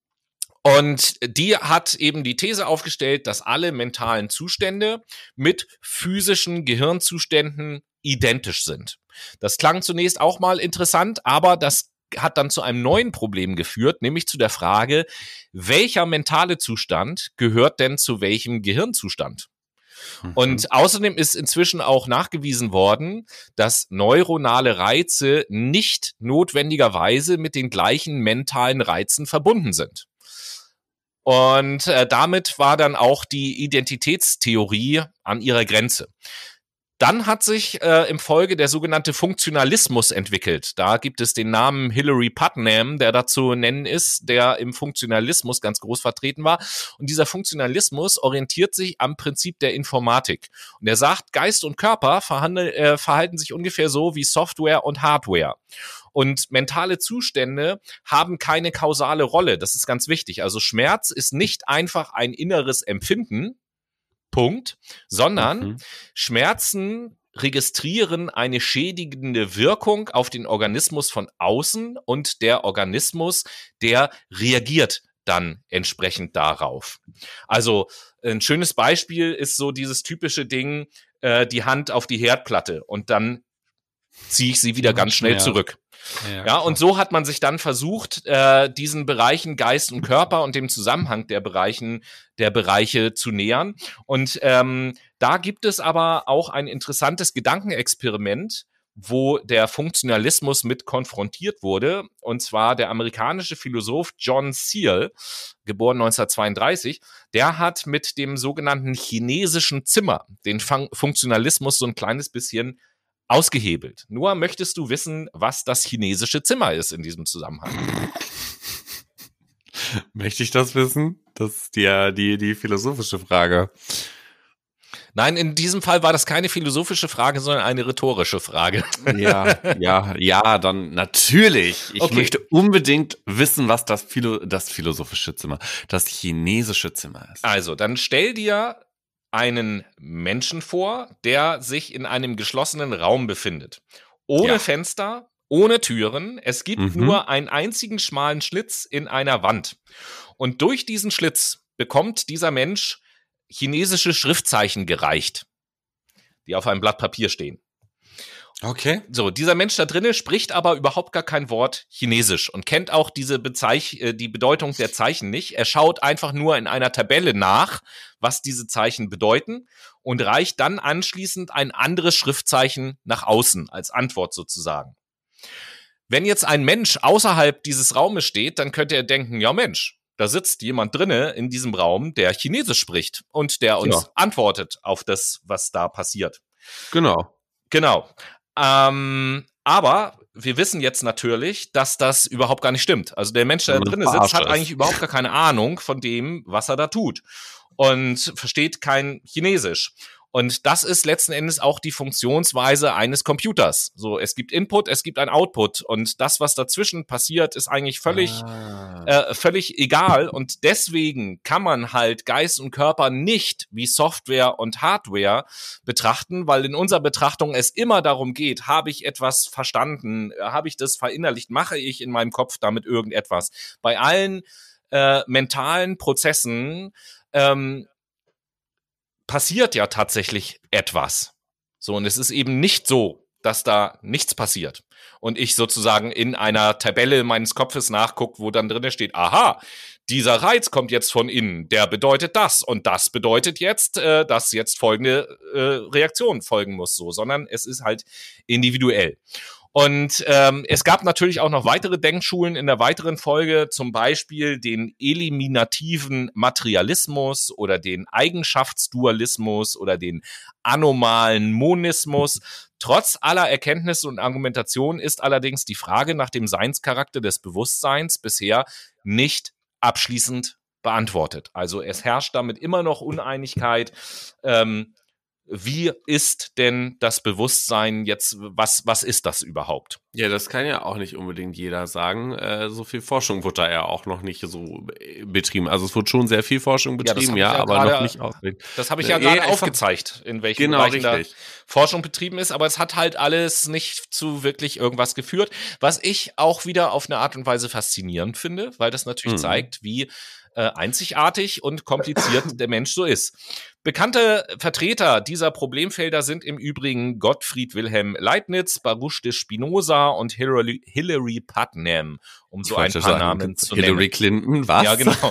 und die hat eben die These aufgestellt, dass alle mentalen Zustände mit physischen Gehirnzuständen identisch sind. Das klang zunächst auch mal interessant, aber das hat dann zu einem neuen Problem geführt, nämlich zu der Frage, welcher mentale Zustand gehört denn zu welchem Gehirnzustand? Mhm. Und außerdem ist inzwischen auch nachgewiesen worden, dass neuronale Reize nicht notwendigerweise mit den gleichen mentalen Reizen verbunden sind. Und äh, damit war dann auch die Identitätstheorie an ihrer Grenze. Dann hat sich äh, im Folge der sogenannte Funktionalismus entwickelt. Da gibt es den Namen Hilary Putnam, der dazu nennen ist, der im Funktionalismus ganz groß vertreten war. Und dieser Funktionalismus orientiert sich am Prinzip der Informatik. Und er sagt, Geist und Körper verhandel, äh, verhalten sich ungefähr so wie Software und Hardware. Und mentale Zustände haben keine kausale Rolle. Das ist ganz wichtig. Also Schmerz ist nicht einfach ein inneres Empfinden, Punkt, sondern mhm. Schmerzen registrieren eine schädigende Wirkung auf den Organismus von außen und der Organismus, der reagiert dann entsprechend darauf. Also ein schönes Beispiel ist so dieses typische Ding, äh, die Hand auf die Herdplatte und dann ziehe ich sie wieder ganz schnell zurück. Ja, ja, und so hat man sich dann versucht, äh, diesen Bereichen Geist und Körper und dem Zusammenhang der Bereichen, der Bereiche zu nähern. Und ähm, da gibt es aber auch ein interessantes Gedankenexperiment, wo der Funktionalismus mit konfrontiert wurde. Und zwar der amerikanische Philosoph John Searle, geboren neunzehnhundertzweiunddreißig, der hat mit dem sogenannten chinesischen Zimmer den Fun- Funktionalismus so ein kleines bisschen ausgehebelt. Noah, möchtest du wissen, was das chinesische Zimmer ist in diesem Zusammenhang? Möchte ich das wissen? Das ist die, die, die philosophische Frage. Nein, in diesem Fall war das keine philosophische Frage, sondern eine rhetorische Frage. Ja, ja, ja, dann natürlich. Ich okay. möchte unbedingt wissen, was das, Philo- das philosophische Zimmer, das chinesische Zimmer ist. Also, dann stell dir einen Menschen vor, der sich in einem geschlossenen Raum befindet. Ohne ja. Fenster, ohne Türen. Es gibt mhm. nur einen einzigen schmalen Schlitz in einer Wand. Und durch diesen Schlitz bekommt dieser Mensch chinesische Schriftzeichen gereicht, die auf einem Blatt Papier stehen. Okay. So, dieser Mensch da drinnen spricht aber überhaupt gar kein Wort Chinesisch und kennt auch diese Bezeich- äh, die Bedeutung der Zeichen nicht. Er schaut einfach nur in einer Tabelle nach, was diese Zeichen bedeuten und reicht dann anschließend ein anderes Schriftzeichen nach außen als Antwort sozusagen. Wenn jetzt ein Mensch außerhalb dieses Raumes steht, dann könnte er denken, ja Mensch, da sitzt jemand drinne in diesem Raum, der Chinesisch spricht und der uns ja. antwortet auf das, was da passiert. Genau. Genau. Ähm, aber wir wissen jetzt natürlich, dass das überhaupt gar nicht stimmt. Also der Mensch, der da drin sitzt, hat eigentlich überhaupt gar keine Ahnung von dem, was er da tut und versteht kein Chinesisch. Und das ist letzten Endes auch die Funktionsweise eines Computers. So, es gibt Input, es gibt ein Output und das, was dazwischen passiert, ist eigentlich völlig, ah. äh, völlig egal. Und deswegen kann man halt Geist und Körper nicht wie Software und Hardware betrachten, weil in unserer Betrachtung es immer darum geht, habe ich etwas verstanden, habe ich das verinnerlicht, mache ich in meinem Kopf damit irgendetwas. Bei allen äh, mentalen Prozessen ähm, passiert ja tatsächlich etwas. So, und es ist eben nicht so, dass da nichts passiert. Und ich sozusagen in einer Tabelle meines Kopfes nachgucke, wo dann drin steht, aha, dieser Reiz kommt jetzt von innen, der bedeutet das. Und das bedeutet jetzt, äh, dass jetzt folgende äh, Reaktion folgen muss. So, sondern es ist halt individuell. Und ähm, es gab natürlich auch noch weitere Denkschulen in der weiteren Folge, zum Beispiel den eliminativen Materialismus oder den Eigenschaftsdualismus oder den anomalen Monismus. Trotz aller Erkenntnisse und Argumentation ist allerdings die Frage nach dem Seinscharakter des Bewusstseins bisher nicht abschließend beantwortet. Also es herrscht damit immer noch Uneinigkeit. Ähm, Wie ist denn das Bewusstsein jetzt, was, was ist das überhaupt? Ja, das kann ja auch nicht unbedingt jeder sagen. Äh, so viel Forschung wurde da ja auch noch nicht so betrieben. Also es wurde schon sehr viel Forschung betrieben, ja, ja, ja aber grade, noch nicht ausgelegt. Das habe ich ja, ja gerade aufgezeigt, in welchen genau, Bereichen richtig. da Forschung betrieben ist, aber es hat halt alles nicht zu wirklich irgendwas geführt, was ich auch wieder auf eine Art und Weise faszinierend finde, weil das natürlich mhm. zeigt, wie äh, einzigartig und kompliziert der Mensch so ist. Bekannte Vertreter dieser Problemfelder sind im Übrigen Gottfried Wilhelm Leibniz, Baruch de Spinoza und Hilary, Hilary Putnam, um so ein paar sagen, Namen zu Hillary nennen. Hillary Clinton, was? Ja, genau.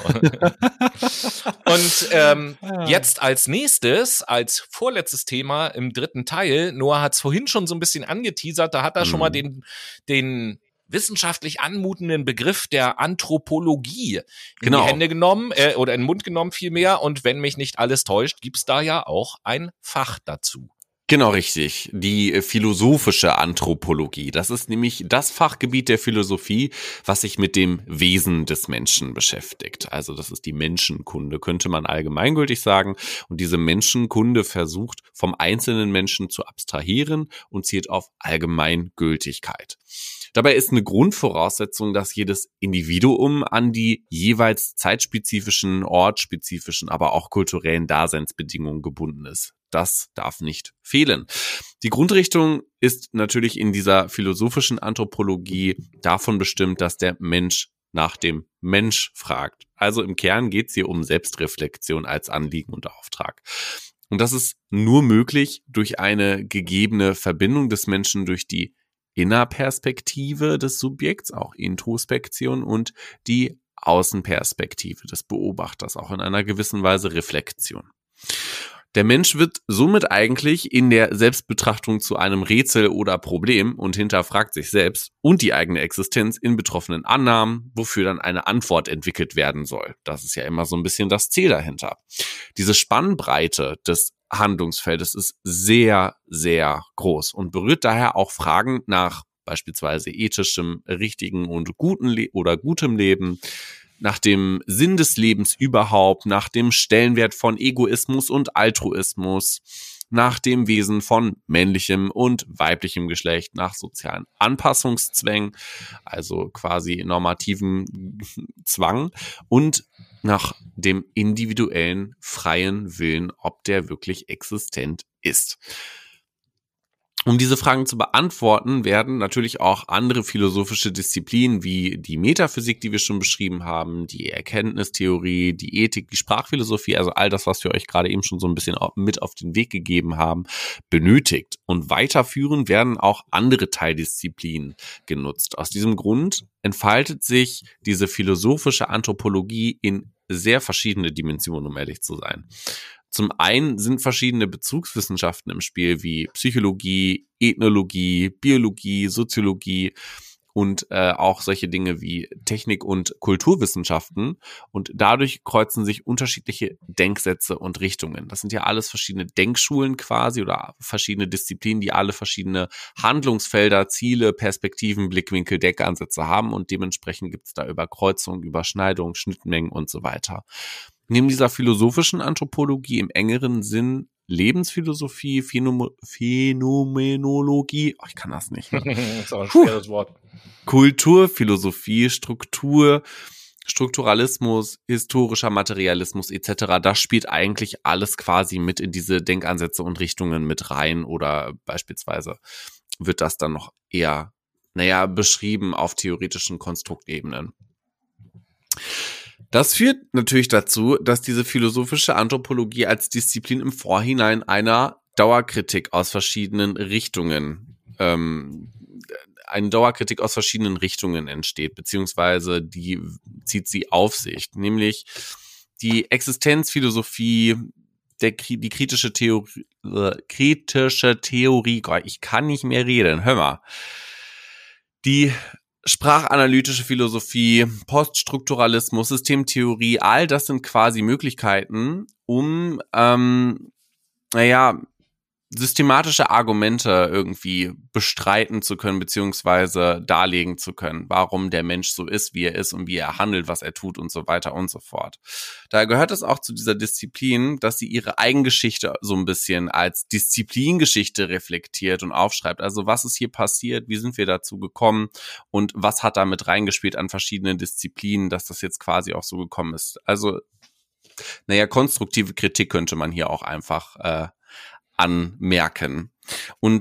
Und ähm, ja. jetzt als nächstes, als vorletztes Thema im dritten Teil, Noah hat es vorhin schon so ein bisschen angeteasert, da hat er hm. schon mal den, den wissenschaftlich anmutenden Begriff der Anthropologie in genau. die Hände genommen, äh, oder in den Mund genommen vielmehr. Und wenn mich nicht alles täuscht, gibt's da ja auch ein Fach dazu. Genau, richtig. Die philosophische Anthropologie. Das ist nämlich das Fachgebiet der Philosophie, was sich mit dem Wesen des Menschen beschäftigt. Also das ist die Menschenkunde, könnte man allgemeingültig sagen. Und diese Menschenkunde versucht, vom einzelnen Menschen zu abstrahieren und zielt auf Allgemeingültigkeit. Dabei ist eine Grundvoraussetzung, dass jedes Individuum an die jeweils zeitspezifischen, ortsspezifischen, aber auch kulturellen Daseinsbedingungen gebunden ist. Das darf nicht fehlen. Die Grundrichtung ist natürlich in dieser philosophischen Anthropologie davon bestimmt, dass der Mensch nach dem Mensch fragt. Also im Kern geht es hier um Selbstreflexion als Anliegen und Auftrag. Und das ist nur möglich durch eine gegebene Verbindung des Menschen durch die Innerperspektive des Subjekts, auch Introspektion, und die Außenperspektive des Beobachters, auch in einer gewissen Weise Reflexion. Der Mensch wird somit eigentlich in der Selbstbetrachtung zu einem Rätsel oder Problem und hinterfragt sich selbst und die eigene Existenz in betroffenen Annahmen, wofür dann eine Antwort entwickelt werden soll. Das ist ja immer so ein bisschen das Ziel dahinter. Diese Spannbreite des Handlungsfeldes ist sehr, sehr groß und berührt daher auch Fragen nach beispielsweise ethischem, richtigen und guten Le- oder gutem Leben, nach dem Sinn des Lebens überhaupt, nach dem Stellenwert von Egoismus und Altruismus, nach dem Wesen von männlichem und weiblichem Geschlecht, nach sozialen Anpassungszwängen, also quasi normativen Zwang, und nach dem individuellen freien Willen, ob der wirklich existent ist. Um diese Fragen zu beantworten, werden natürlich auch andere philosophische Disziplinen wie die Metaphysik, die wir schon beschrieben haben, die Erkenntnistheorie, die Ethik, die Sprachphilosophie, also all das, was wir euch gerade eben schon so ein bisschen mit auf den Weg gegeben haben, benötigt. Und weiterführend werden auch andere Teildisziplinen genutzt. Aus diesem Grund entfaltet sich diese philosophische Anthropologie in sehr verschiedene Dimensionen, um ehrlich zu sein. Zum einen sind verschiedene Bezugswissenschaften im Spiel wie Psychologie, Ethnologie, Biologie, Soziologie und äh, auch solche Dinge wie Technik- und Kulturwissenschaften. Und dadurch kreuzen sich unterschiedliche Denksätze und Richtungen. Das sind ja alles verschiedene Denkschulen quasi oder verschiedene Disziplinen, die alle verschiedene Handlungsfelder, Ziele, Perspektiven, Blickwinkel, Denkansätze haben. Und dementsprechend gibt es da Überkreuzungen, Überschneidungen, Schnittmengen und so weiter. Neben dieser philosophischen Anthropologie im engeren Sinn Lebensphilosophie, Phänom- Phänomenologie, oh, ich kann das nicht. Ne? Das ist auch ein schweres Wort. Kulturphilosophie, Struktur, Strukturalismus, historischer Materialismus et cetera. Das spielt eigentlich alles quasi mit in diese Denkansätze und Richtungen mit rein, oder beispielsweise wird das dann noch eher, naja, beschrieben auf theoretischen Konstruktebenen. Das führt natürlich dazu, dass diese philosophische Anthropologie als Disziplin im Vorhinein einer Dauerkritik aus verschiedenen Richtungen, ähm, eine Dauerkritik aus verschiedenen Richtungen entsteht, beziehungsweise die zieht sie auf sich, nämlich die Existenzphilosophie, der, die kritische Theorie, äh, kritische Theorie, Gott, ich kann nicht mehr reden, hör mal, die sprachanalytische Philosophie, Poststrukturalismus, Systemtheorie, all das sind quasi Möglichkeiten, um, ähm, naja, systematische Argumente irgendwie bestreiten zu können, beziehungsweise darlegen zu können, warum der Mensch so ist, wie er ist und wie er handelt, was er tut und so weiter und so fort. Da gehört es auch zu dieser Disziplin, dass sie ihre Eigengeschichte so ein bisschen als Disziplingeschichte reflektiert und aufschreibt. Also was ist hier passiert, wie sind wir dazu gekommen und was hat da mit reingespielt an verschiedenen Disziplinen, dass das jetzt quasi auch so gekommen ist. Also, naja, konstruktive Kritik könnte man hier auch einfach äh, anmerken. Und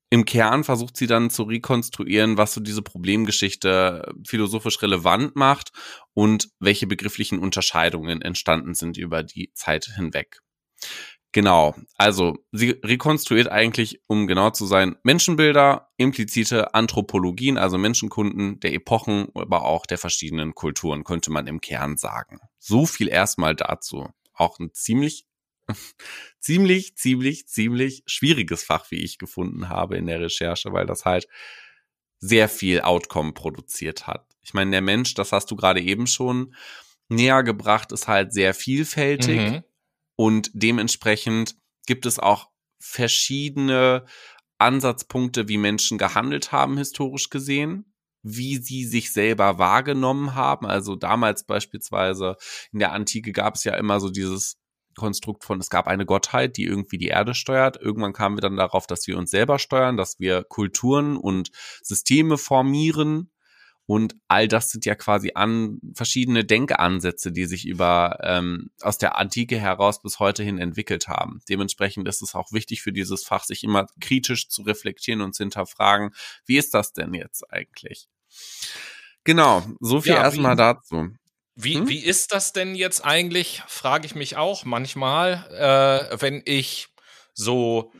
im Kern versucht sie dann zu rekonstruieren, was so diese Problemgeschichte philosophisch relevant macht und welche begrifflichen Unterscheidungen entstanden sind über die Zeit hinweg. Genau, also sie rekonstruiert eigentlich, um genau zu sein, Menschenbilder, implizite Anthropologien, also Menschenkunden der Epochen, aber auch der verschiedenen Kulturen, könnte man im Kern sagen. So viel erstmal dazu. Auch ein ziemlich, ziemlich, ziemlich, ziemlich schwieriges Fach, wie ich gefunden habe in der Recherche, weil das halt sehr viel Outcome produziert hat. Ich meine, der Mensch, das hast du gerade eben schon näher gebracht, ist halt sehr vielfältig. Mhm. Und dementsprechend gibt es auch verschiedene Ansatzpunkte, wie Menschen gehandelt haben, historisch gesehen, wie sie sich selber wahrgenommen haben. Also damals beispielsweise in der Antike gab es ja immer so dieses Konstrukt von, es gab eine Gottheit, die irgendwie die Erde steuert. Irgendwann kamen wir dann darauf, dass wir uns selber steuern, dass wir Kulturen und Systeme formieren. Und all das sind ja quasi an verschiedene Denkansätze, die sich über ähm, aus der Antike heraus bis heute hin entwickelt haben. Dementsprechend ist es auch wichtig für dieses Fach, sich immer kritisch zu reflektieren und zu hinterfragen, wie ist das denn jetzt eigentlich? Genau, so viel ja, erstmal dazu. Wie, hm? wie ist das denn jetzt eigentlich, frage ich mich auch manchmal, äh, wenn ich so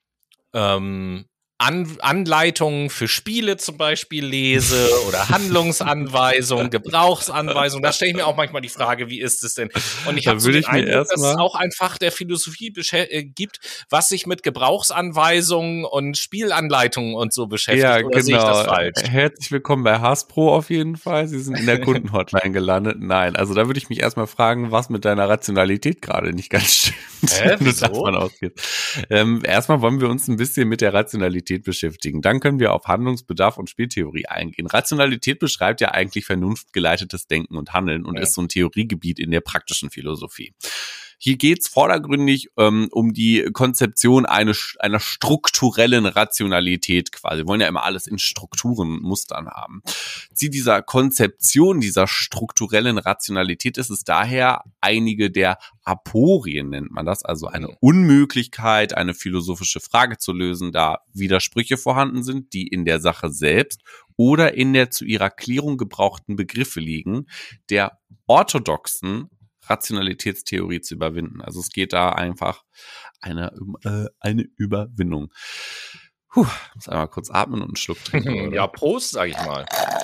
ähm, An- Anleitungen für Spiele zum Beispiel lese oder Handlungsanweisungen, Gebrauchsanweisungen. Da stelle ich mir auch manchmal die Frage, wie ist es denn? Und ich habe so den Eindruck, dass es auch ein Fach der Philosophie beschä- äh, gibt, was sich mit Gebrauchsanweisungen und Spielanleitungen und so beschäftigt. Ja, oder genau. Sehe ich das falsch? Herzlich willkommen bei Hasbro auf jeden Fall. Sie sind in der Kundenhotline gelandet. Nein, also da würde ich mich erstmal fragen, was mit deiner Rationalität gerade nicht ganz stimmt. Hä, wenn du davon ausgehst. Ähm, erstmal wollen wir uns ein bisschen mit der Rationalität beschäftigen. Dann können wir auf Handlungsbedarf und Spieltheorie eingehen. Rationalität beschreibt ja eigentlich vernunftgeleitetes Denken und Handeln und ja. ist so ein Theoriegebiet in der praktischen Philosophie. Hier geht's vordergründig ähm, um die Konzeption eine, einer strukturellen Rationalität quasi. Wir wollen ja immer alles in Strukturen und Mustern haben. Ziel dieser Konzeption, dieser strukturellen Rationalität ist es daher, einige der Aporien nennt man das, also eine Unmöglichkeit, eine philosophische Frage zu lösen, da Widersprüche vorhanden sind, die in der Sache selbst oder in der zu ihrer Klärung gebrauchten Begriffe liegen, der orthodoxen Rationalitätstheorie zu überwinden. Also es geht da einfach eine, äh, eine Überwindung. Puh, muss einmal kurz atmen und einen Schluck trinken. Ja, Prost, sag ich mal.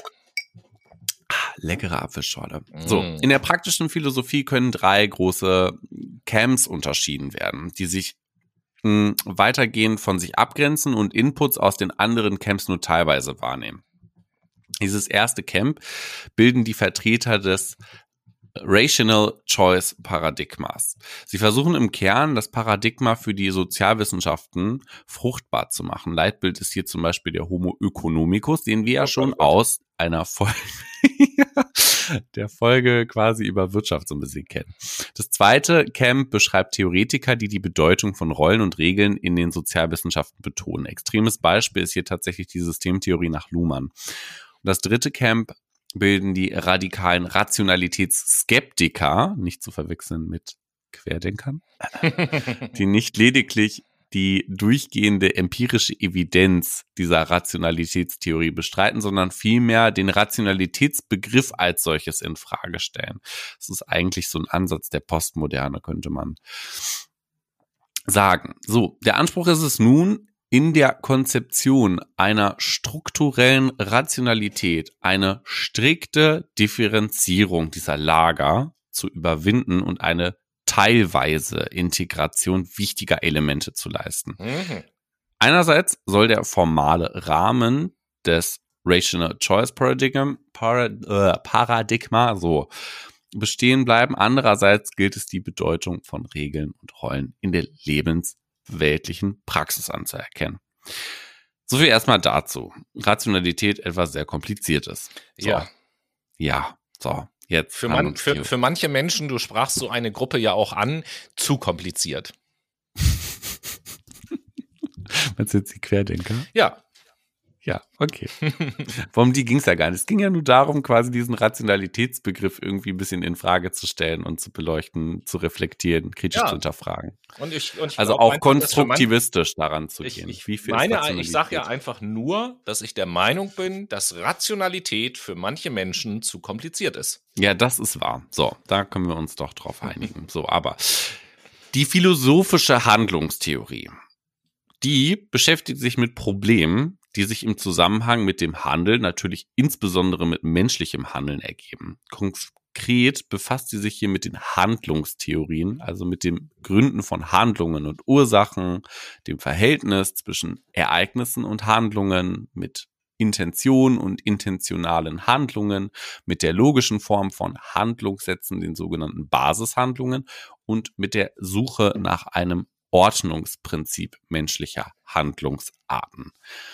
Leckere Apfelschorle. Mm. So, in der praktischen Philosophie können drei große Camps unterschieden werden, die sich mh, weitergehend von sich abgrenzen und Inputs aus den anderen Camps nur teilweise wahrnehmen. Dieses erste Camp bilden die Vertreter des Rational Choice Paradigmas. Sie versuchen im Kern, das Paradigma für die Sozialwissenschaften fruchtbar zu machen. Leitbild ist hier zum Beispiel der Homo economicus, den wir ja schon aus einer Folge, der Folge quasi über Wirtschaft so ein bisschen kennen. Das zweite Camp beschreibt Theoretiker, die die Bedeutung von Rollen und Regeln in den Sozialwissenschaften betonen. Extremes Beispiel ist hier tatsächlich die Systemtheorie nach Luhmann. Und das dritte Camp bilden die radikalen Rationalitätsskeptiker, nicht zu verwechseln mit Querdenkern, die nicht lediglich die durchgehende empirische Evidenz dieser Rationalitätstheorie bestreiten, sondern vielmehr den Rationalitätsbegriff als solches in Frage stellen. Das ist eigentlich so ein Ansatz der Postmoderne, könnte man sagen. So, der Anspruch ist es nun, in der Konzeption einer strukturellen Rationalität eine strikte Differenzierung dieser Lager zu überwinden und eine teilweise Integration wichtiger Elemente zu leisten. Mhm. Einerseits soll der formale Rahmen des Rational Choice Paradigm, Parad, äh, Paradigma so bestehen bleiben. Andererseits gilt es, die Bedeutung von Regeln und Rollen in der Lebens weltlichen Praxis anzuerkennen. So viel erstmal dazu. Rationalität etwas sehr Kompliziertes. So. Ja. Ja, so, jetzt. Für, man, für, für manche Menschen, du sprachst so eine Gruppe ja auch an, zu kompliziert. Meinst du jetzt die Querdenker? Ja. Ja, okay. Um die ging es ja gar nicht. Es ging ja nur darum, quasi diesen Rationalitätsbegriff irgendwie ein bisschen in Frage zu stellen und zu beleuchten, zu reflektieren, kritisch Ja. zu hinterfragen. Und ich, und ich Also glaub auch einfach, dass für manche- konstruktivistisch daran zu Ich, gehen. ich Wie viel ist meine, ich Rationalität? sage ja einfach nur, dass ich der Meinung bin, dass Rationalität für manche Menschen zu kompliziert ist. Ja, das ist wahr. So, da können wir uns doch drauf einigen. So, aber die philosophische Handlungstheorie, die beschäftigt sich mit Problemen, die sich im Zusammenhang mit dem Handeln, natürlich insbesondere mit menschlichem Handeln, ergeben. Konkret befasst sie sich hier mit den Handlungstheorien, also mit den Gründen von Handlungen und Ursachen, dem Verhältnis zwischen Ereignissen und Handlungen, mit Intention und intentionalen Handlungen, mit der logischen Form von Handlungssätzen, den sogenannten Basishandlungen, und mit der Suche nach einem Ordnungsprinzip menschlicher Handlungsarten.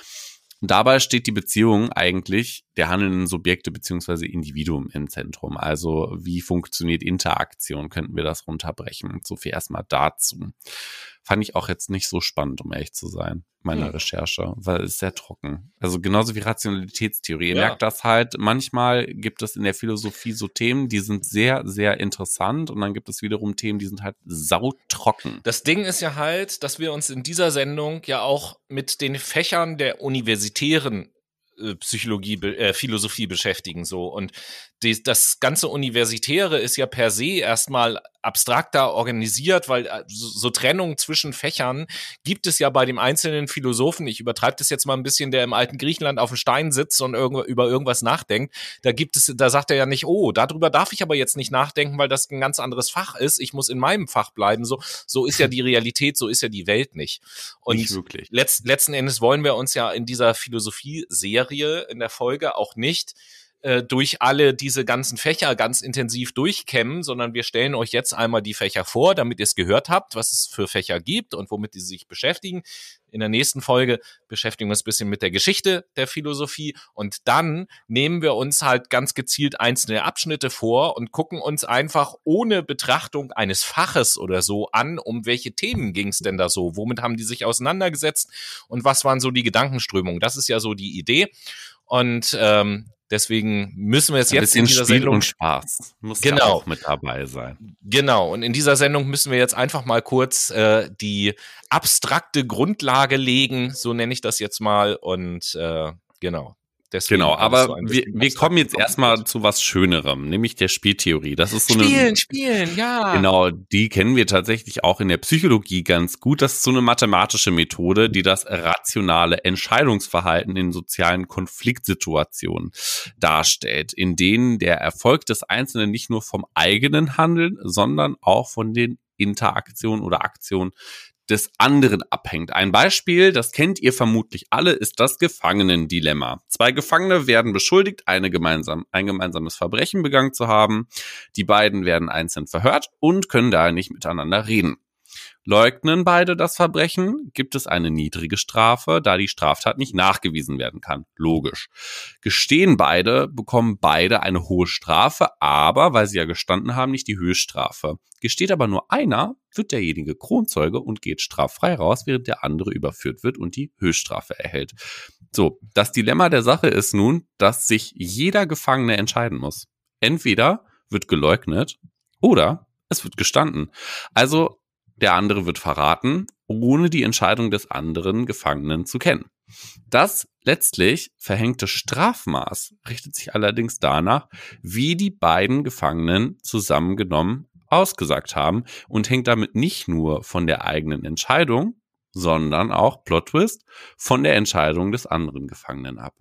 Und dabei steht die Beziehung eigentlich der handelnden Subjekte bzw. Individuum im Zentrum. Also wie funktioniert Interaktion, könnten wir das runterbrechen. So viel erstmal dazu. Fand ich auch jetzt nicht so spannend, um ehrlich zu sein, meiner hm. Recherche, weil es sehr trocken. Also genauso wie Rationalitätstheorie. Ihr ja. merkt das halt, manchmal gibt es in der Philosophie so Themen, die sind sehr, sehr interessant und dann gibt es wiederum Themen, die sind halt sautrocken. Das Ding ist ja halt, dass wir uns in dieser Sendung ja auch mit den Fächern der universitären Psychologie, äh, Philosophie beschäftigen, so. Und die, das ganze Universitäre ist ja per se erstmal abstrakter organisiert, weil so, so Trennung zwischen Fächern gibt es ja bei dem einzelnen Philosophen. Ich übertreibe das jetzt mal ein bisschen, der im alten Griechenland auf dem Stein sitzt und irgend, über irgendwas nachdenkt. Da gibt es, da sagt er ja nicht, oh, darüber darf ich aber jetzt nicht nachdenken, weil das ein ganz anderes Fach ist. Ich muss in meinem Fach bleiben. So, so ist ja die Realität, so ist ja die Welt nicht. Und nicht wirklich. Letzt, letzten Endes wollen wir uns ja in dieser Philosophie-Serie in der Folge auch nicht äh, durch alle diese ganzen Fächer ganz intensiv durchkämmen, sondern wir stellen euch jetzt einmal die Fächer vor, damit ihr es gehört habt, was es für Fächer gibt und womit die sich beschäftigen. In der nächsten Folge beschäftigen wir uns ein bisschen mit der Geschichte der Philosophie und dann nehmen wir uns halt ganz gezielt einzelne Abschnitte vor und gucken uns einfach ohne Betrachtung eines Faches oder so an, um welche Themen ging es denn da so, womit haben die sich auseinandergesetzt und was waren so die Gedankenströmungen. Das ist ja so die Idee und ähm, deswegen müssen wir jetzt ein jetzt in dieser Spiel Sendung und Spaß muss genau ja auch mit dabei sein. Genau. Und in dieser Sendung müssen wir jetzt einfach mal kurz äh, die abstrakte Grundlage legen, so nenne ich das jetzt mal. Und äh, genau. Deswegen genau, aber so wir, wir kommen jetzt erstmal zu was Schönerem, nämlich der Spieltheorie. Das ist so Spielen, eine, Spielen, ja. Genau, die kennen wir tatsächlich auch in der Psychologie ganz gut. Das ist so eine mathematische Methode, die das rationale Entscheidungsverhalten in sozialen Konfliktsituationen darstellt, in denen der Erfolg des Einzelnen nicht nur vom eigenen Handeln, sondern auch von den Interaktionen oder Aktionen des anderen abhängt. Ein Beispiel, das kennt ihr vermutlich alle, ist das Gefangenendilemma. Zwei Gefangene werden beschuldigt, eine gemeinsam, ein gemeinsames Verbrechen begangen zu haben. Die beiden werden einzeln verhört und können daher nicht miteinander reden. Leugnen beide das Verbrechen, gibt es eine niedrige Strafe, da die Straftat nicht nachgewiesen werden kann. Logisch. Gestehen beide, bekommen beide eine hohe Strafe, aber, weil sie ja gestanden haben, nicht die Höchststrafe. Gesteht aber nur einer, wird derjenige Kronzeuge und geht straffrei raus, während der andere überführt wird und die Höchststrafe erhält. So, das Dilemma der Sache ist nun, dass sich jeder Gefangene entscheiden muss. Entweder wird geleugnet oder es wird gestanden. Also der andere wird verraten, ohne die Entscheidung des anderen Gefangenen zu kennen. Das letztlich verhängte Strafmaß richtet sich allerdings danach, wie die beiden Gefangenen zusammengenommen ausgesagt haben und hängt damit nicht nur von der eigenen Entscheidung, sondern auch, Plot Twist, von der Entscheidung des anderen Gefangenen ab.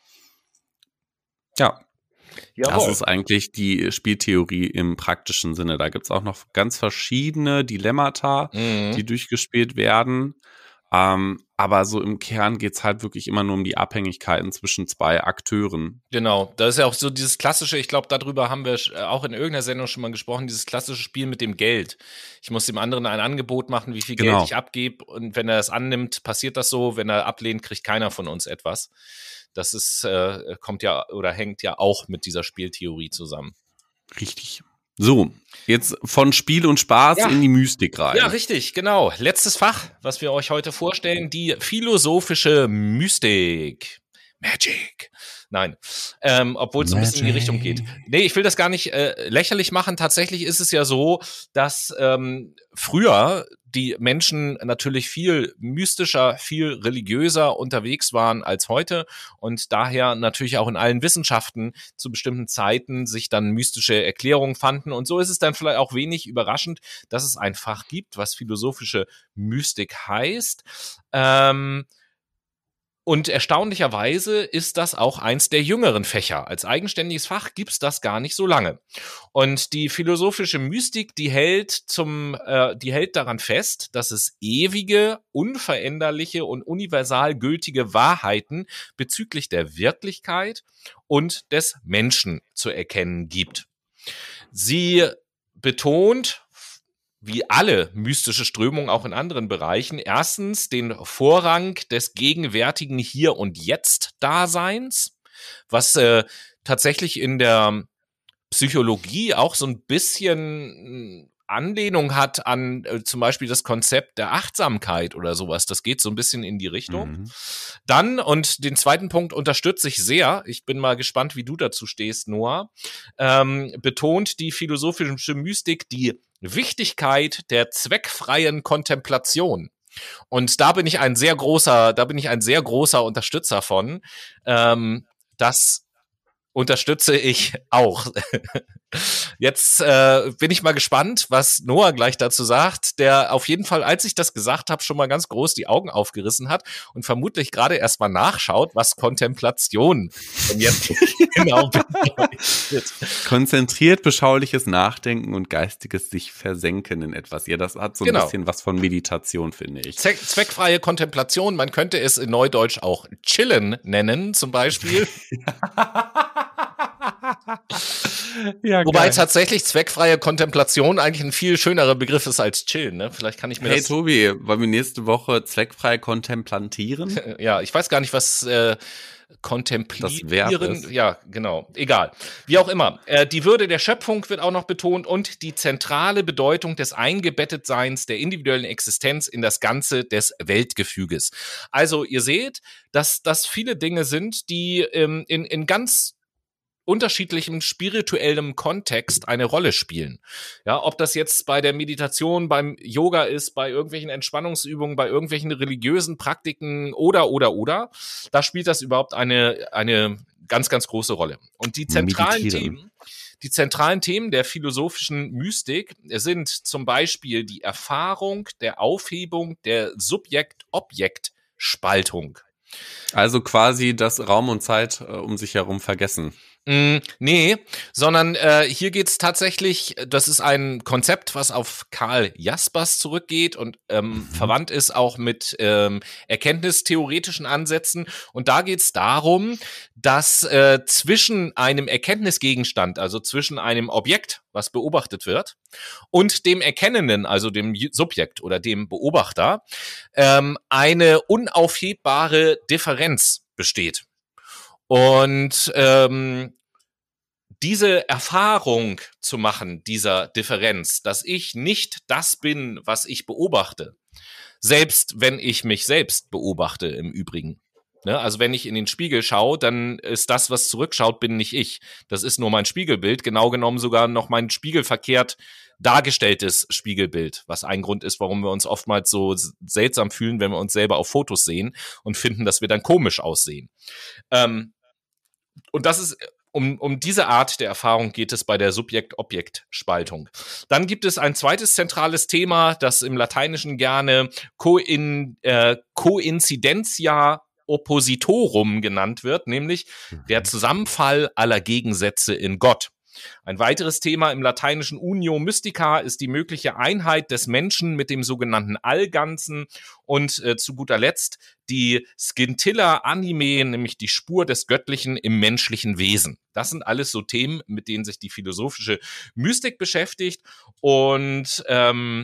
Ja. Jawohl. Das ist eigentlich die Spieltheorie im praktischen Sinne. Da gibt es auch noch ganz verschiedene Dilemmata, mhm. die durchgespielt werden. Ähm, aber so im Kern geht es halt wirklich immer nur um die Abhängigkeiten zwischen zwei Akteuren. Genau, das ist ja auch so dieses klassische, ich glaube, darüber haben wir auch in irgendeiner Sendung schon mal gesprochen, dieses klassische Spiel mit dem Geld. Ich muss dem anderen ein Angebot machen, wie viel genau. Geld ich abgebe und wenn er es annimmt, passiert das so. Wenn er ablehnt, kriegt keiner von uns etwas. Das ist, äh, kommt ja oder hängt ja auch mit dieser Spieltheorie zusammen. Richtig. So, jetzt von Spiel und Spaß ja. in die Mystik rein. Ja, richtig, genau. Letztes Fach, was wir euch heute vorstellen, die philosophische Mystik. Magic. Nein, ähm, obwohl es ein bisschen in die Richtung geht. Nee, ich will das gar nicht äh, lächerlich machen. Tatsächlich ist es ja so, dass ähm, früher die Menschen natürlich viel mystischer, viel religiöser unterwegs waren als heute und daher natürlich auch in allen Wissenschaften zu bestimmten Zeiten sich dann mystische Erklärungen fanden. Und so ist es dann vielleicht auch wenig überraschend, dass es ein Fach gibt, was philosophische Mystik heißt. Ähm, Und erstaunlicherweise ist das auch eins der jüngeren Fächer. Als eigenständiges Fach gibt's das gar nicht so lange. Und die philosophische Mystik, die hält zum, äh, die hält daran fest, dass es ewige, unveränderliche und universal gültige Wahrheiten bezüglich der Wirklichkeit und des Menschen zu erkennen gibt. Sie betont, wie alle mystische Strömungen auch in anderen Bereichen, erstens den Vorrang des gegenwärtigen Hier- und Jetzt-Daseins, was äh, tatsächlich in der Psychologie auch so ein bisschen Anlehnung hat an äh, zum Beispiel das Konzept der Achtsamkeit oder sowas. Das geht so ein bisschen in die Richtung. Mhm. Dann, und den zweiten Punkt unterstütze ich sehr, ich bin mal gespannt, wie du dazu stehst, Noah, ähm, betont die philosophische Mystik die Wichtigkeit der zweckfreien Kontemplation. Und da bin ich ein sehr großer, da bin ich ein sehr großer Unterstützer von. Ähm, das unterstütze ich auch. Jetzt äh, bin ich mal gespannt, was Noah gleich dazu sagt, der auf jeden Fall, als ich das gesagt habe, schon mal ganz groß die Augen aufgerissen hat und vermutlich gerade erst mal nachschaut, was Kontemplation denn jetzt genau bedeutet. Konzentriert, beschauliches Nachdenken und geistiges sich versenken in etwas. Ja, das hat so ein genau. bisschen was von Meditation, finde ich. Zweck, zweckfreie Kontemplation, man könnte es in Neudeutsch auch Chillen nennen, zum Beispiel. Ja, wobei geil. Tatsächlich zweckfreie Kontemplation eigentlich ein viel schönerer Begriff ist als chillen, ne? Vielleicht kann ich mir hey, das... Hey Tobi, wollen wir nächste Woche zweckfrei kontemplantieren? Ja, ich weiß gar nicht, was äh, kontemplieren... Ja, genau. Egal. Wie auch immer. Äh, die Würde der Schöpfung wird auch noch betont und die zentrale Bedeutung des Eingebettetseins der individuellen Existenz in das Ganze des Weltgefüges. Also ihr seht, dass das viele Dinge sind, die ähm, in, in ganz unterschiedlichem spirituellem Kontext eine Rolle spielen. Ja, ob das jetzt bei der Meditation, beim Yoga ist, bei irgendwelchen Entspannungsübungen, bei irgendwelchen religiösen Praktiken oder, oder, oder, da spielt das überhaupt eine, eine ganz, ganz große Rolle. Und die zentralen Meditieren. Themen, die zentralen Themen der philosophischen Mystik sind zum Beispiel die Erfahrung der Aufhebung der Subjekt-Objekt-Spaltung. Also quasi das Raum und Zeit äh, um sich herum vergessen. Mm, nee, sondern äh, hier geht's tatsächlich, das ist ein Konzept, was auf Karl Jaspers zurückgeht und ähm, mhm. verwandt ist auch mit ähm, erkenntnistheoretischen Ansätzen. Und da geht's darum, dass äh, zwischen einem Erkenntnisgegenstand, also zwischen einem Objekt, was beobachtet wird, und dem Erkennenden, also dem Subjekt oder dem Beobachter, ähm, eine unaufhebbare Differenz besteht. Und ähm, diese Erfahrung zu machen, dieser Differenz, dass ich nicht das bin, was ich beobachte, selbst wenn ich mich selbst beobachte im Übrigen. Ne? Also wenn ich in den Spiegel schaue, dann ist das, was zurückschaut, bin nicht ich. Das ist nur mein Spiegelbild, genau genommen sogar noch mein spiegelverkehrt dargestelltes Spiegelbild, was ein Grund ist, warum wir uns oftmals so seltsam fühlen, wenn wir uns selber auf Fotos sehen und finden, dass wir dann komisch aussehen. Ähm, Und das ist, um, um diese Art der Erfahrung geht es bei der Subjekt-Objekt-Spaltung. Dann gibt es ein zweites zentrales Thema, das im Lateinischen gerne Coin, äh, Coincidentia Oppositorum genannt wird, nämlich der Zusammenfall aller Gegensätze in Gott. Ein weiteres Thema im lateinischen Unio Mystica ist die mögliche Einheit des Menschen mit dem sogenannten Allganzen und äh, zu guter Letzt die Scintilla Anime, nämlich die Spur des Göttlichen im menschlichen Wesen. Das sind alles so Themen, mit denen sich die philosophische Mystik beschäftigt und ähm,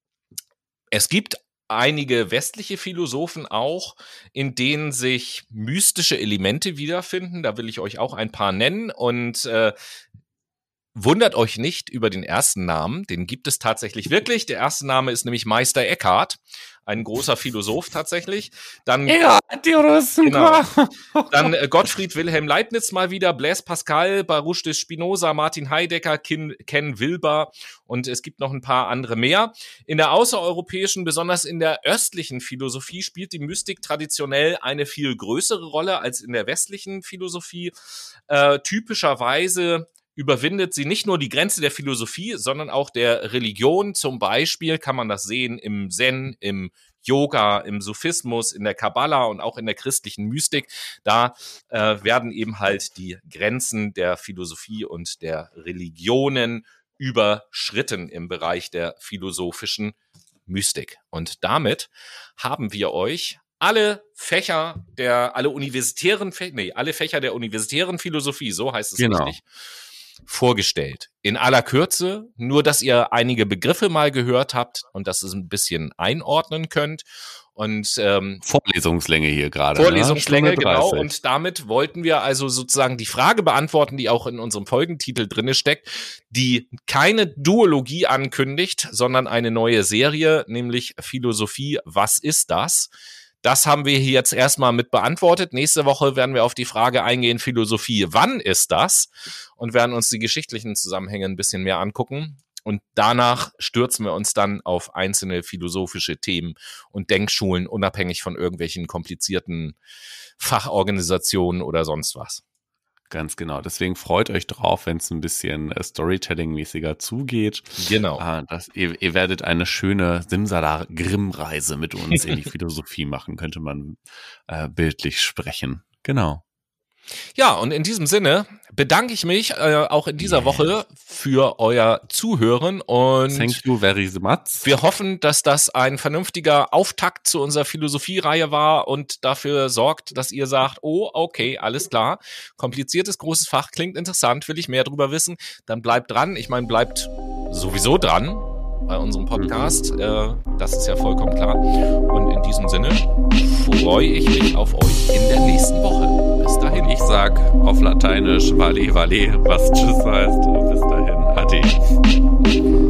es gibt einige westliche Philosophen auch, in denen sich mystische Elemente wiederfinden. Da will ich euch auch ein paar nennen und äh, wundert euch nicht über den ersten Namen, den gibt es tatsächlich wirklich. Der erste Name ist nämlich Meister Eckhart, ein großer Philosoph tatsächlich. Dann, ja, die Russen. Genau. Dann äh, Gottfried Wilhelm Leibniz mal wieder, Blaise Pascal, Baruch de Spinoza, Martin Heidegger, Ken, Ken Wilber und es gibt noch ein paar andere mehr. In der außereuropäischen, besonders in der östlichen Philosophie spielt die Mystik traditionell eine viel größere Rolle als in der westlichen Philosophie. Äh, typischerweise überwindet sie nicht nur die Grenze der Philosophie, sondern auch der Religion. Zum Beispiel kann man das sehen im Zen, im Yoga, im Sufismus, in der Kabbala und auch in der christlichen Mystik. Da äh, werden eben halt die Grenzen der Philosophie und der Religionen überschritten im Bereich der philosophischen Mystik. Und damit haben wir euch alle Fächer der, alle universitären, nee, alle Fächer der universitären Philosophie, so heißt es genau. richtig, vorgestellt. In aller Kürze, nur dass ihr einige Begriffe mal gehört habt und dass ihr es ein bisschen einordnen könnt. Und ähm, Vorlesungslänge hier gerade. Vorlesungslänge, ne? genau. Und damit wollten wir also sozusagen die Frage beantworten, die auch in unserem Folgentitel drinne steckt, die keine Duologie ankündigt, sondern eine neue Serie, nämlich Philosophie, was ist das? Das haben wir hier jetzt erstmal mit beantwortet. Nächste Woche werden wir auf die Frage eingehen, Philosophie, wann ist das? Und werden uns die geschichtlichen Zusammenhänge ein bisschen mehr angucken. Und danach stürzen wir uns dann auf einzelne philosophische Themen und Denkschulen, unabhängig von irgendwelchen komplizierten Fachorganisationen oder sonst was. Ganz genau. Deswegen freut euch drauf, wenn es ein bisschen äh, Storytelling-mäßiger zugeht. Genau. Ah, das, ihr, ihr werdet eine schöne Simsala-Grimm-Reise mit uns in die Philosophie machen, könnte man äh, bildlich sprechen. Genau. Ja, und in diesem Sinne bedanke ich mich äh, auch in dieser Woche für euer Zuhören und thank you very much. Wir hoffen, dass das ein vernünftiger Auftakt zu unserer Philosophie-Reihe war und dafür sorgt, dass ihr sagt, oh, okay, alles klar, kompliziertes, großes Fach, klingt interessant, will ich mehr drüber wissen, dann bleibt dran. Ich meine, bleibt sowieso dran bei unserem Podcast, mhm. äh, das ist ja vollkommen klar. Und in diesem Sinne freue ich mich auf euch in der nächsten Woche. Bis dahin. Ich sag auf Lateinisch Vale, Vale, was Tschüss heißt. Bis dahin. Ade.